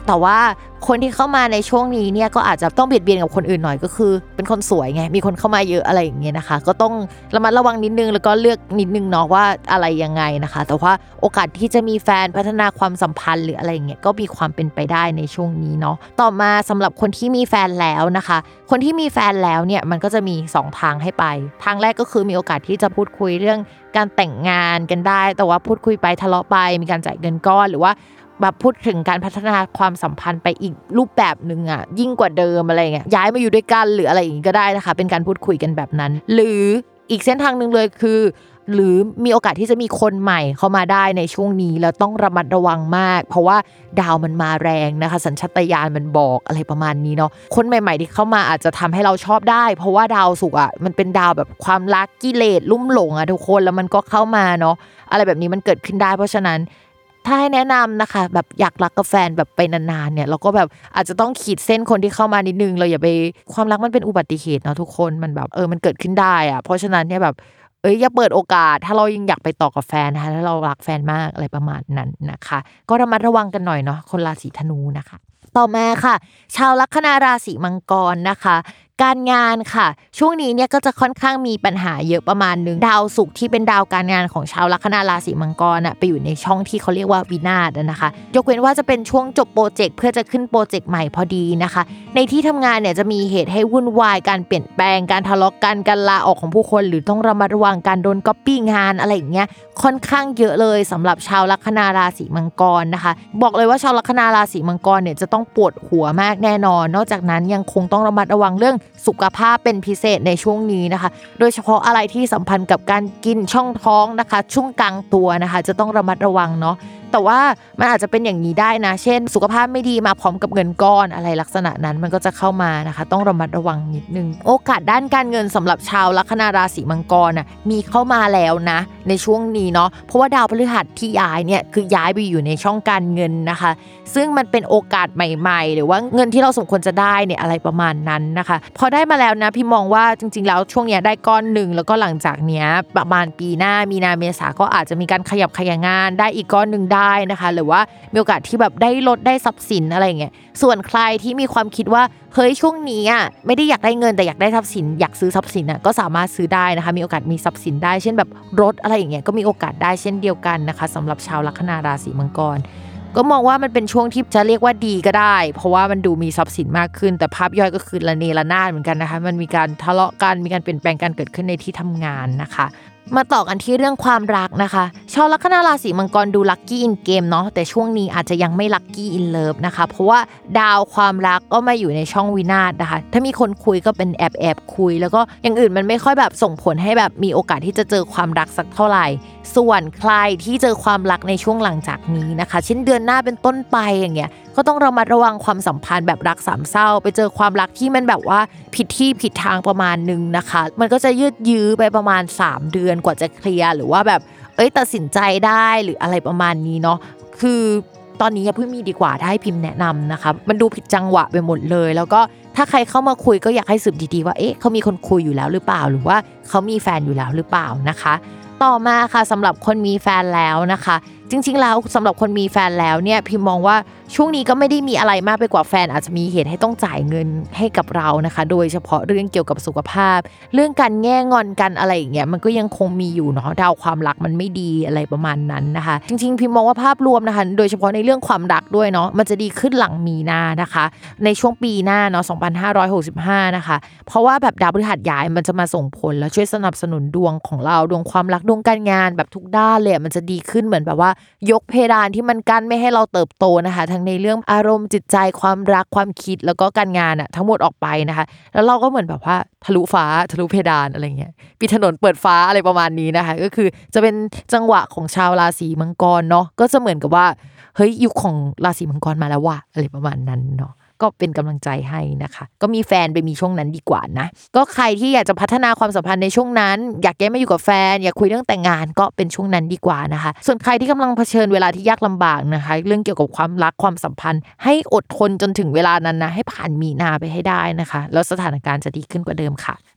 แต่ว่าคนที่เข้ามาในช่วงนี้เนี่ยก็อาจจะต้องเบียดเบียนกับคนอื่นหน่อยก็คือเป็นคนสวยไงมีคนเข้ามาเยอะอะไรอย่างเงี้ยนะคะก็ต้องระมัดระวังนิดนึงแล้วก็เลือกนิดนึงเนาะว่าอะไรยังไงนะคะแต่ว่าโอกาสที่จะมีแฟนพัฒนาความสัมพันธ์หรืออะไรอย่างเงี้ยก็มีความเป็นไปได้ในช่วงนี้เนาะต่อมาสำหรับคนที่มีแฟนแล้วนะคะคนที่มีแฟนแล้วเนี่ยมันก็จะมี2ทางให้ไปทางแรกก็คือมีโอกาสที่จะพูดคุยเรื่องการแต่งงานกันได้แต่ว่าพูดคุยไปทะเลาะไปมีการจ่ายเงินก้อนหรือว่าแบบพูดถึงการพัฒนาความสัมพันธ์ไปอีกรูปแบบนึงอ่ะยิ่งกว่าเดิมอะไรเงี้ยย้ายมาอยู่ด้วยกันหรืออะไรอย่างงี้ก็ได้นะคะเป็นการพูดคุยกันแบบนั้นหรืออีกเส้นทางนึงเลยคือหรือมีโอกาสที่จะมีคนใหม่เข้ามาได้ในช่วงนี้แล้วต้องระมัดระวังมากเพราะว่าดาวมันมาแรงนะคะสัญชาตญาณมันบอกอะไรประมาณนี้เนาะคนใหม่ๆที่เข้ามาอาจจะทำให้เราชอบได้เพราะว่าดาวศุกร์อ่ะมันเป็นดาวแบบความรักกิเลสลุ่มหลงอ่ะทุกคนแล้วมันก็เข้ามาเนาะอะไรแบบนี้มันเกิดขึ้นได้เพราะฉะนั้นถ้าให้แนะนำนะคะแบบอยากรักกับแฟนแบบไปนานๆเนี่ยเราก็แบบอาจจะต้องขีดเส้นคนที่เข้ามานิดนึงเราอย่าไปความรักมันเป็นอุบัติเหตุเนาะทุกคนมันแบบมันเกิดขึ้นได้อะเพราะฉะนั้นเนี่ยแบบอย่าเปิดโอกาสถ้าเรายังอยากไปต่อกับแฟนนะคะถ้าเรารักแฟนมากอะไรประมาณนั้นนะคะก็ระมัดระวังกันหน่อยเนาะคนราศีธนูนะคะต่อมาค่ะชาวลัคนาราศีมังกรนะคะการงานค่ะช่วงนี้เนี่ยก็จะค่อนข้างมีปัญหาเยอะประมาณนึงดาวศุกร์ที่เป็นดาวการงานของชาวลัคนาราศีมังกรไปอยู่ในช่องที่เขาเรียกว่าวินาศนะคะยกเว้นว่าจะเป็นช่วงจบโปรเจกต์เพื่อจะขึ้นโปรเจกต์ใหม่พอดีนะคะในที่ทำงานเนี่ยจะมีเหตุให้วุ่นวายการเปลี่ยนแปลงการทะเลาะกันการลาออกของผู้คนหรือต้องระมัดระวังการโดนก๊อปปี้งานอะไรอย่างเงี้ยค่อนข้างเยอะเลยสำหรับชาวลัคนาราศีมังกรนะคะบอกเลยว่าชาวลัคนาราศีมังกรเนี่ยจะต้องปวดหัวมากแน่นอนนอกจากนั้นยังคงต้องระมัดระวังเรื่องสุขภาพเป็นพิเศษในช่วงนี้นะคะโดยเฉพาะอะไรที่สัมพันธ์กับการกินช่องท้องนะคะช่วงกลางตัวนะคะจะต้องระมัดระวังเนาะแต่ว่ามันอาจจะเป็นอย่างนี้ได้นะเช่นสุขภาพไม่ดีมาพร้อมกับเงินก้อนอะไรลักษณะนั้นมันก็จะเข้ามานะคะต้องระมัดระวังนิดนึงโอกาสด้านการเงินสำหรับชาวลัคนาราศีมังกรมีเข้ามาแล้วนะในช่วงนี้เนาะเพราะว่าดาวพฤหัสที่ย้ายเนี่ยคือย้ายไปอยู่ในช่องการเงินนะคะซึ่งมันเป็นโอกาสใหม่ๆหรือว่าเงินที่เราสมควรจะได้เนี่ยอะไรประมาณนั้นนะคะพอได้มาแล้วนะพี่มองว่าจริงๆแล้วช่วงนี้ได้ก้อนนึงแล้วก็หลังจากเนี้ยประมาณปีหน้ามีนาเมษาก็อาจจะมีการขยับขยายงานได้อีกก้อนนึงได้นะคะหรือว่ามีโอกาสที่แบบได้ลดได้ทรัพย์สินอะไรอย่างเงี้ยส่วนใครที่มีความคิดว่าเฮ้ยช่วงนี้ไม่ได้อยากได้เงินแต่อยากได้ทรัพย์สินอยากซื้อทรัพย์สินก็สามารถซื้อได้นะคะมีโอกาสมีทรัพย์สินได้เช่นแบบรถอะไรอย่างเงี้ยก็มีโอกาสได้เช่นเดียวกันนะคะสำหรับชาวลัคนาราศีมังกรก็มองว่ามันเป็นช่วงที่จะเรียกว่าดีก็ได้เพราะว่ามันดูมีทรัพย์สินมากขึ้นแต่ภาพย่อยก็คือระเนระนาดเหมือนกันนะคะมันมีการทะเลาะกันมีการเปลี่ยนแปลงกันเกิดขึ้นในที่ทำงานนะคะมาต่อกันที่เรื่องความรักนะคะชาวลัคนาราศีมังกรดูลัคกี้อินเกมเนาะแต่ช่วงนี้อาจจะยังไม่ลัคกี้อินเลิฟนะคะเพราะว่าดาวความรักก็มาอยู่ในช่องวินาศนะคะถ้ามีคนคุยก็เป็นแอบคุยแล้วก็อย่างอื่นมันไม่ค่อยแบบส่งผลให้แบบมีโอกาสที่จะเจอความรักสักเท่าไหร่ส่วนใครที่เจอความรักในช่วงหลังจากนี้นะคะเช่นเดือนหน้าเป็นต้นไปอย่างเงี้ยก็ต้องระมัดระวังความสัมพันธ์แบบรักสามเศร้าไปเจอความรักที่มันแบบว่าผิดที่ผิดทางประมาณนึงนะคะมันก็จะยืดยื้อไปประมาณ3เดือนกว่าจะเคลียร์หรือว่าแบบตัดสินใจได้หรืออะไรประมาณนี้เนาะคือตอนนี้อย่าเพิ่งมีดีกว่าถ้าให้พิมพ์แนะนำนะคะมันดูผิดจังหวะไปหมดเลยแล้วก็ถ้าใครเข้ามาคุยก็อยากให้สืบดีๆว่าเขามีคนคุยอยู่แล้วหรือเปล่าหรือว่าเขามีแฟนอยู่แล้วหรือเปล่านะคะต่อมาค่ะสำหรับคนมีแฟนแล้วนะคะจริงๆแล้วสำหรับคนมีแฟนแล้วเนี่ยพิมมองว่าช่วงนี้ก็ไม่ได้มีอะไรมากไปกว่าแฟนอาจจะมีเหตุให้ต้องจ่ายเงินให้กับเรานะคะโดยเฉพาะเรื่องเกี่ยวกับสุขภาพเรื่องการแง่งอนกันอะไรอย่างเงี้ยมันก็ยังคงมีอยู่เนาะดาวความรักมันไม่ดีอะไรประมาณนั้นนะคะจริงๆพิมมองว่าภาพรวมนะคะโดยเฉพาะในเรื่องความรักด้วยเนาะมันจะดีขึ้นหลังมีนานะคะในช่วงปีหน้าเนาะ2565นะคะเพราะว่าแบบดาวพฤหัสย้ายมันจะมาส่งผลแล้วช่วยสนับสนุนดวงของเราดวงความรักดวงการงานแบบทุกด้านเลยมันจะดีขึ้นเหมือนแบบว่ายกเพดานที่มันกั้นไม่ให้เราเติบโตนะคะทั้งในเรื่องอารมณ์จิตใจความรักความคิดแล้วก็การงานทั้งหมดออกไปนะคะแล้วเราก็เหมือนแบบว่าทะลุฟ้าทะลุเพดานอะไรเงี้ยปิดถนนเปิดฟ้าอะไรประมาณนี้นะคะก็คือจะเป็นจังหวะของชาวราศีมังกรเนาะก็จะเหมือนกับว่าเฮ้ยยุคของราศีมังกรมาแล้วว่ะอะไรประมาณนั้นเนาะก็เป็นกำลังใจให้นะคะก็มีแฟนไปมีช่วงนั้นดีกว่านะก็ใครที่อยากจะพัฒนาความสัมพันธ์ในช่วงนั้นอยากย้ายมาอยู่กับแฟนอยากคุยเรื่องแต่งงานก็เป็นช่วงนั้นดีกว่านะคะส่วนใครที่กำลังเผชิญเวลาที่ยากลำบากนะคะเรื่องเกี่ยวกับความรักความสัมพันธ์ให้อดทนจนถึงเวลานั้นนะให้ผ่านมีนาไปให้ได้นะคะแล้วสถานการณ์จะดีขึ้นกว่าเดิมค่ะ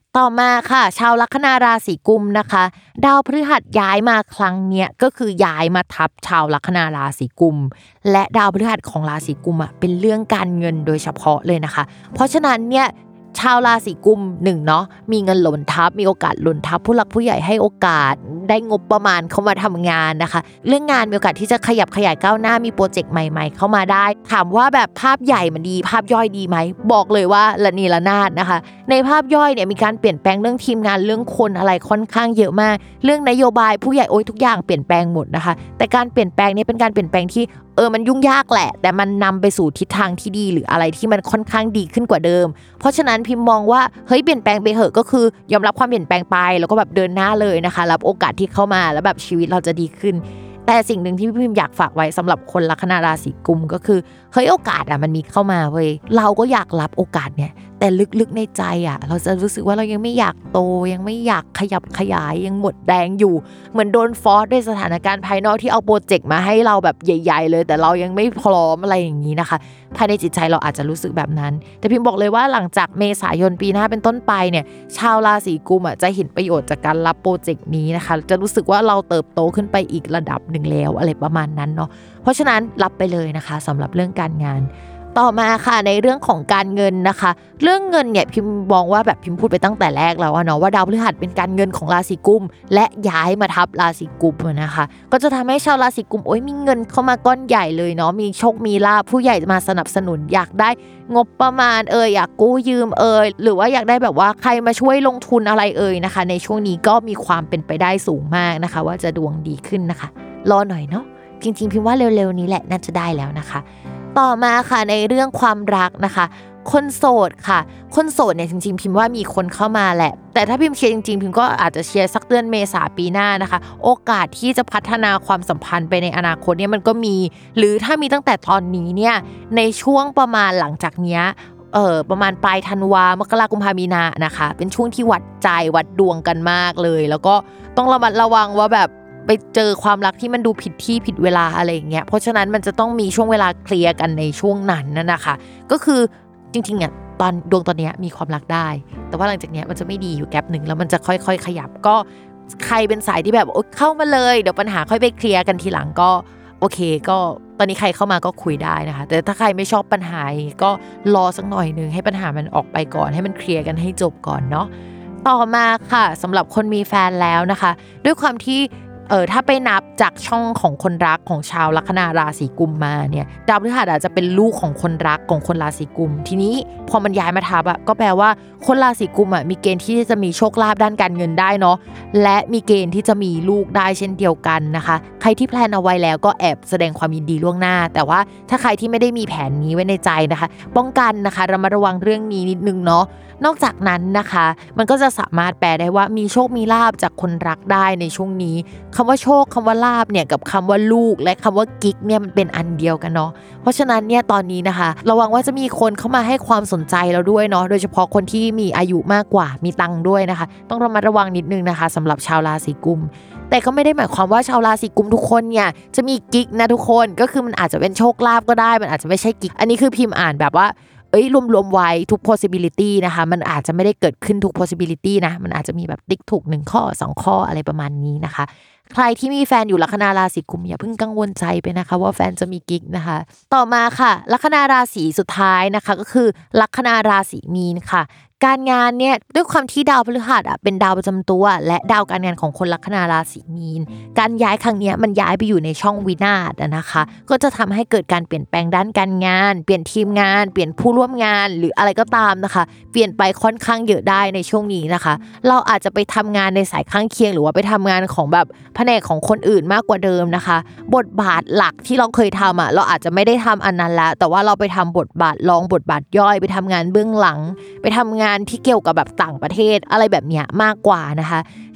ต่อมาค่ะชาวลัคนาราศีกุมนะคะดาวพฤหัสย้ายมาครั้งเนี้ยก็คือย้ายมาทับชาวลัคนาราศีกุมและดาวพฤหัสของราศีกุมเป็นเรื่องการเงินโดยเฉพาะเลยนะคะเพราะฉะนั้นเนี่ยชาวราศีกุม1เนาะมีเงินหล่นทับมีโอกาสหล่นทับผู้หลักผู้ใหญ่ให้โอกาสได้งบประมาณเข้ามาทำงานนะคะเรื่องงานมีโอกาสที่จะขยับขยายก้าวหน้ามีโปรเจกต์ใหม่ๆเข้ามาได้ถามว่าแบบภาพใหญ่มันดีภาพย่อยดีไหมบอกเลยว่าละนีระนาดนะคะในภาพย่อยเนี่ยมีการเปลี่ยนแปลงเรื่องทีมงานเรื่องคนอะไรค่อนข้างเยอะมากเรื่องนโยบายผู้ใหญ่ทุกอย่างเปลี่ยนแปลงหมดนะคะแต่การเปลี่ยนแปลงนี้เป็นการเปลี่ยนแปลงที่มันยุ่งยากแหละแต่มันนำไปสู่ทิศทางที่ดีหรืออะไรที่มันค่อนข้างดีขึ้นกว่าเดิมเพราะฉะนั้นพิมมองว่าเฮ้ยเปลี่ยนแปลงไปเหอะก็คือยอมรับความเปลี่ยนแปลงไปแล้วก็แบบเดินหน้าเลยนะคะรับโอกาสที่เข้ามาแล้วแบบชีวิตเราจะดีขึ้นแต่สิ่งหนึ่งที่พิมอยากฝากไว้สำหรับคนลัคนาราศีกุมก็คือเฮ้ยโอกาสมันมีเข้ามาเว้ยเราก็อยากรับโอกาสเนี่ยแต่ลึกๆในใจเราจะรู้สึกว่าเรายังไม่อยากโตยังไม่อยากขยับขยายยังหมดแรงอยู่เหมือนโดนฟอร์สด้วยสถานการณ์ภายนอกที่เอาโปรเจกต์มาให้เราแบบใหญ่ๆเลยแต่เรายังไม่พร้อมอะไรอย่างนี้นะคะภายในจิตใจเราอาจจะรู้สึกแบบนั้นแต่พิมบอกเลยว่าหลังจากเมษายนปีหน้าเป็นต้นไปเนี่ยชาวราศีกุมจะเห็นประโยชน์จากการรับโปรเจกต์นี้นะคะจะรู้สึกว่าเราเติบโตขึ้นไปอีกระดับหนึ่งแล้วอะไรประมาณนั้นเนาะเพราะฉะนั้นรับไปเลยนะคะสำหรับเรื่องการงานต่อมาค่ะในเรื่องของการเงินนะคะเรื่องเงินเนี่ยพิมมองว่าแบบพิมพูดไปตั้งแต่แรกแล้วเนาะว่าดาวพฤหัสเป็นการเงินของราศีกุมและย้ายมาทับราศีกุมนะคะก็จะทำให้ชาวราศีกุมมีเงินเข้ามาก้อนใหญ่เลยเนาะมีโชคมีลาภผู้ใหญ่มาสนับสนุนอยากได้งบประมาณอยากกู้ยืมหรือว่าอยากได้แบบว่าใครมาช่วยลงทุนอะไรนะคะในช่วงนี้ก็มีความเป็นไปได้สูงมากนะคะว่าจะดวงดีขึ้นนะคะรอหน่อยเนาะจริงๆพิมว่าเร็วๆนี้แหละน่าจะได้แล้วนะคะต่อมาค่ะในเรื่องความรักนะคะคนโสดค่ะคนโสดเนี่ยจริงๆพิมว่ามีคนเข้ามาแหละแต่ถ้าพิมเชียร์จริงๆพิมก็อาจจะเชียร์สักเดือนเมษาปีหน้านะคะโอกาสที่จะพัฒนาความสัมพันธ์ไปในอนาคตเนี่ยมันก็มีหรือถ้ามีตั้งแต่ตอนนี้เนี่ยในช่วงประมาณหลังจากเนี้ยประมาณปลายธันวามกราคมกุมภามีนานะคะเป็นช่วงที่วัดใจวัดดวงกันมากเลยแล้วก็ต้องระมัดระวังว่าแบบไปเจอความรักที่มันดูผิดที่ผิดเวลาอะไรอย่างเงี้ยเพราะฉะนั้นมันจะต้องมีช่วงเวลาเคลียร์กันในช่วงนั้นนะคะก็คือจริงๆตอนดวงตอนนี้มีความรักได้แต่ว่าหลังจากนี้มันจะไม่ดีอยู่แกปนึงแล้วมันจะค่อยๆขยับก็ใครเป็นสายที่แบบเข้ามาเลยเดี๋ยวปัญหาค่อยไปเคลียร์กันทีหลังก็โอเคก็ตอนนี้ใครเข้ามาก็คุยได้นะคะแต่ถ้าใครไม่ชอบปัญหาก็รอสักหน่อยนึงให้ปัญหามันออกไปก่อนให้มันเคลียร์กันให้จบก่อนเนาะต่อมาค่ะสำหรับคนมีแฟนแล้วนะคะด้วยความที่ถ้าไปนับจากช่องของคนรักของชาวลัคนาราศีกุมมาเนี่ยดาวพฤหัสอาจจะเป็นลูกของคนรักของคนราศีกุมทีนี้พอมันย้ายมาทับก็แปลว่าคนราศีกุมมีเกณฑ์ที่จะมีโชคลาภด้านการเงินได้เนาะและมีเกณฑ์ที่จะมีลูกได้เช่นเดียวกันนะคะใครที่แพลนเอาไว้แล้วก็แอบแสดงความยินดีล่วงหน้าแต่ว่าถ้าใครที่ไม่ได้มีแผนนี้ไว้ในใจนะคะป้องกันนะคะระมัดระวังเรื่องนี้นิดนึงเนาะนอกจากนั้นนะคะมันก็จะสามารถแปลได้ว่ามีโชคมีลาภจากคนรักได้ในช่วงนี้คำว่าโชคคำว่าลาภเนี่ยกับคำว่าลูกและคำว่ากิ๊กเนี่ยมันเป็นอันเดียวกันเนาะเพราะฉะนั้นเนี่ยตอนนี้นะคะระวังว่าจะมีคนเข้ามาให้ความสนใจเราด้วยเนาะโดยเฉพาะคนที่มีอายุมากกว่ามีตังค์ด้วยนะคะต้องระมัดระวังนิดนึงนะคะสำหรับชาวราศีกุมแต่ก็ไม่ได้หมายความว่าชาวราศีกุมทุกคนเนี่ยจะมีกิ๊กนะทุกคนก็คือมันอาจจะเป็นโชคลาภก็ได้มันอาจจะไม่ใช่กิ๊กอันนี้คือพิมพ์อ่านแบบว่ารวมๆไว้ทุก possibility นะคะมันอาจจะไม่ได้เกิดขึ้นทุก possibility นะมันอาจจะมีแบบติ๊กถูก1ข้อ2ข้ออะไรประมาณนี้นะคะใครที่มีแฟนอยู่ลัคนาราศีกุมอย่าเพิ่งกังวลใจไปนะคะว่าแฟนจะมีกิ๊กนะคะต่อมาค่ะลัคนาราศีสุดท้ายนะคะก็คือลัคนาราศีมีนค่ะการงานเนี่ยด้วยความที่ดาวพฤหัสเป็นดาวประจำตัวและดาวการงานของคนลัคนาราศีมีนการย้ายครั้งนี้มันย้ายไปอยู่ในช่องวินาศนะคะก็จะทำให้เกิดการเปลี่ยนแปลงด้านการงานเปลี่ยนทีมงานเปลี่ยนผู้ร่วมงานหรืออะไรก็ตามนะคะเปลี่ยนไปค่อนข้างเยอะได้ในช่วงนี้นะคะเราอาจจะไปทำงานในสายข้างเคียงหรือว่าไปทำงานของแบบแผนกของคนอื่นมากกว่าเดิมนะคะบทบาทหลักที่เราเคยทำเราอาจจะไม่ได้ทำอันนั้นแล้วแต่ว่าเราไปทำบทบาทรองบทบาทย่อยไปทำงานเบื้องหลังไปทำงานที่เกี่ยวกับแบบต่างประเทศอะไรแบบเนี้ยมากกว่านะคะใน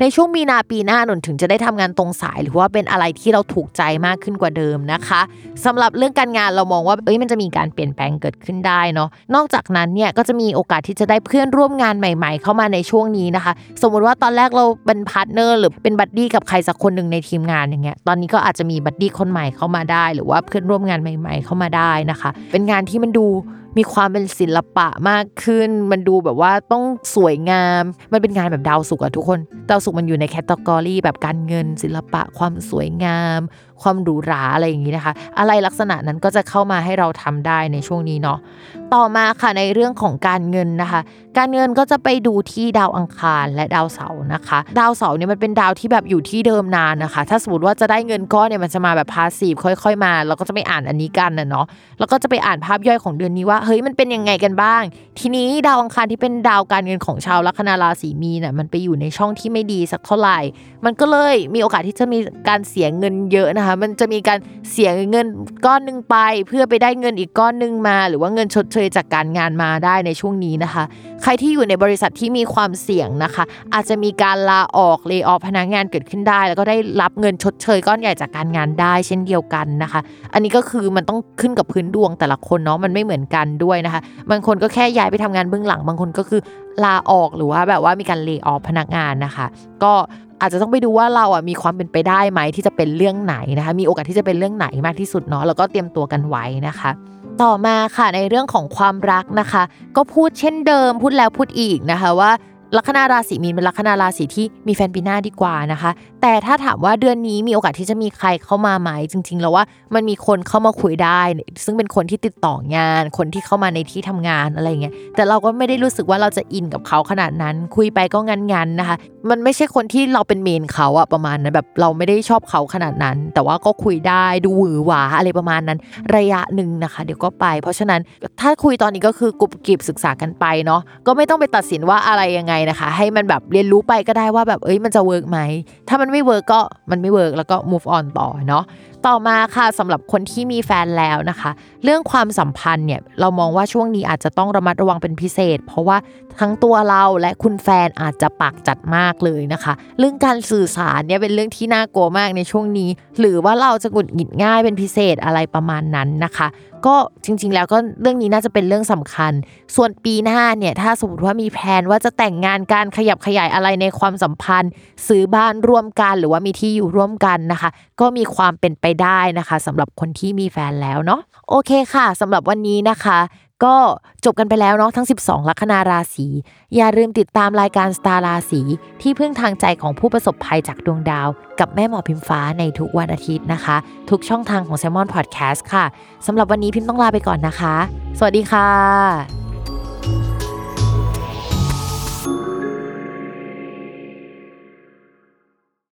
ในช่วงมีนาปีหน้านนถึงจะได้ทำงานตรงสายหรือว่าเป็นอะไรที่เราถูกใจมากขึ้นกว่าเดิมนะคะสำหรับเรื่องการงานเรามองว่ามันจะมีการเปลี่ยนแปลงเกิดขึ้นได้เนาะนอกจากนั้นเนี่ยก็จะมีโอกาสที่จะได้เพื่อนร่วมงานใหม่ๆเข้ามาในช่วงนี้นะคะสมมุติว่าตอนแรกเราเป็นพาร์ทเนอร์หรือเป็นบัดดี้กับใครสักคนนึงในทีมงานอย่างเงี้ยตอนนี้ก็อาจจะมีบัดดี้คนใหม่เข้ามาได้หรือว่าเพื่อนร่วมงานใหม่ๆเข้ามาได้นะคะเป็นงานที่มันดูมีความเป็นศิลปะมากขึ้นมันดูแบบว่าต้องสวยงามมันเป็นงานแบบดาวศุกร์อะทุกคนดาวศุกร์มันอยู่ในแคตตากรีแบบการเงินศิลปะความสวยงามความหรูหราอะไรอย่างนี้นะคะอะไรลักษณะนั้นก็จะเข้ามาให้เราทำได้ในช่วงนี้เนาะต่อมาค่ะในเรื่องของการเงินนะคะการเงินก็จะไปดูที่ดาวอังคารและดาวเสาร์นะคะดาวเสาร์เนี่ยมันเป็นดาวที่แบบอยู่ที่เดิมนานนะคะถ้าสมมติว่าจะได้เงินก้อนเนี่ยมันจะมาแบบพาสซีฟค่อยๆมาเราก็จะไปอ่านอันนี้กันนะเนาะแล้วก็จะไปอ่านภาพย่อยของเดือนนี้ว่าเฮ้ยมันเป็นยังไงกันบ้างทีนี้ดาวอังคารที่เป็นดาวการเงินของชาวลัคนาราศีมีนน่ะมันไปอยู่ในช่องที่ไม่ดีสักเท่าไหร่มันก็เลยมีโอกาสที่จะมีการเสียเงินเยอะนะคะมันจะมีการเสียเงินก้อนนึงไปเพื่อไปได้เงินอีกก้อนนึงมาหรือว่าเงินชดเชยจากการงานมาได้ในช่วงนี้นะคะใครที่อยู่ในบริษัทที่มีความเสี่ยงนะคะอาจจะมีการลาออกเลย์ออฟพนักงานเกิดขึ้นได้แล้วก็ได้รับเงินชดเชยก้อนใหญ่จากการงานได้เช่นเดียวกันนะคะอันนี้ก็คือมันต้องขึ้นกับพื้นดวงแต่ละคนเนาะมันไม่เหมือนกันด้วยนะคะบางคนก็แค่ย้ายไปทำงานเบื้องหลังบางคนก็คือลาออกหรือว่าแบบว่ามีการเลย์ออฟพนักงานนะคะก็อาจจะต้องไปดูว่าเราอ่ะมีความเป็นไปได้ไหมที่จะเป็นเรื่องไหนนะคะมีโอกาสที่จะเป็นเรื่องไหนมากที่สุดเนาะแล้วก็เตรียมตัวกันไว้นะคะต่อมาค่ะในเรื่องของความรักนะคะก็พูดเช่นเดิมพูดแล้วพูดอีกนะคะว่าลัคนาราศีมีนเป็นลัคนาราศีที่มีแฟนปีหน้าดีกว่านะคะแต่ถ้าถามว่าเดือนนี้มีโอกาสที่จะมีใครเข้ามาไหมจริงๆแล้วว่ามันมีคนเข้ามาคุยได้ซึ่งเป็นคนที่ติดต่องานคนที่เข้ามาในที่ทำงานอะไรเงี้ยแต่เราก็ไม่ได้รู้สึกว่าเราจะอินกับเขาขนาดนั้นคุยไปก็งันๆนะคะมันไม่ใช่คนที่เราเป็นเมนเขาอะประมาณนั้นแบบเราไม่ได้ชอบเขาขนาดนั้นแต่ว่าก็คุยได้ดูหวือหวาอะไรประมาณนั้นระยะนึงนะคะเดี๋ยวก็ไปเพราะฉะนั้นถ้าคุยตอนนี้ก็คือกรุบกริบศึกษากันไปเนาะก็ไม่ต้องไปตัดสินว่าอะไรยังไงนะคะให้มันแบบเรียนรู้ไปก็ได้ว่าแบบมันจะเวิร์กไหมถ้ามันไม่เวิร์กก็มันไม่เวิร์กแล้วก็ move on ต่อเนาะต่อมาค่ะสำหรับคนที่มีแฟนแล้วนะคะเรื่องความสัมพันธ์เนี่ยเรามองว่าช่วงนี้อาจจะต้องระมัดระวังเป็นพิเศษเพราะว่าทั้งตัวเราและคุณแฟนอาจจะปากจัดมากเลยนะคะเรื่องการสื่อสารเนี่ยเป็นเรื่องที่น่ากลัวมากในช่วงนี้หรือว่าเราจะหงุดหงิดง่ายเป็นพิเศษอะไรประมาณนั้นนะคะก็จริงๆแล้วก็เรื่องนี้น่าจะเป็นเรื่องสำคัญส่วนปีหน้าเนี่ยถ้าสมมติว่ามีแผนว่าจะแต่งงานการขยับขยายอะไรในความสัมพันธ์ซื้อบ้านร่วมกันหรือว่ามีที่อยู่ร่วมกันนะคะก็มีความเป็นไปได้นะคะสำหรับคนที่มีแฟนแล้วเนาะโอเคค่ะสำหรับวันนี้นะคะก็จบกันไปแล้วเนาะทั้ง12ลัคนาราศีอย่าลืมติดตามรายการสตาร์ราศีที่พึ่งทางใจของผู้ประสบภัยจากดวงดาวกับแม่หมอพิมฟ้าในทุกวันอาทิตย์นะคะทุกช่องทางของ Salmon Podcast ค่ะสำหรับวันนี้พิมต้องลาไปก่อนนะคะสวัสดีค่ะ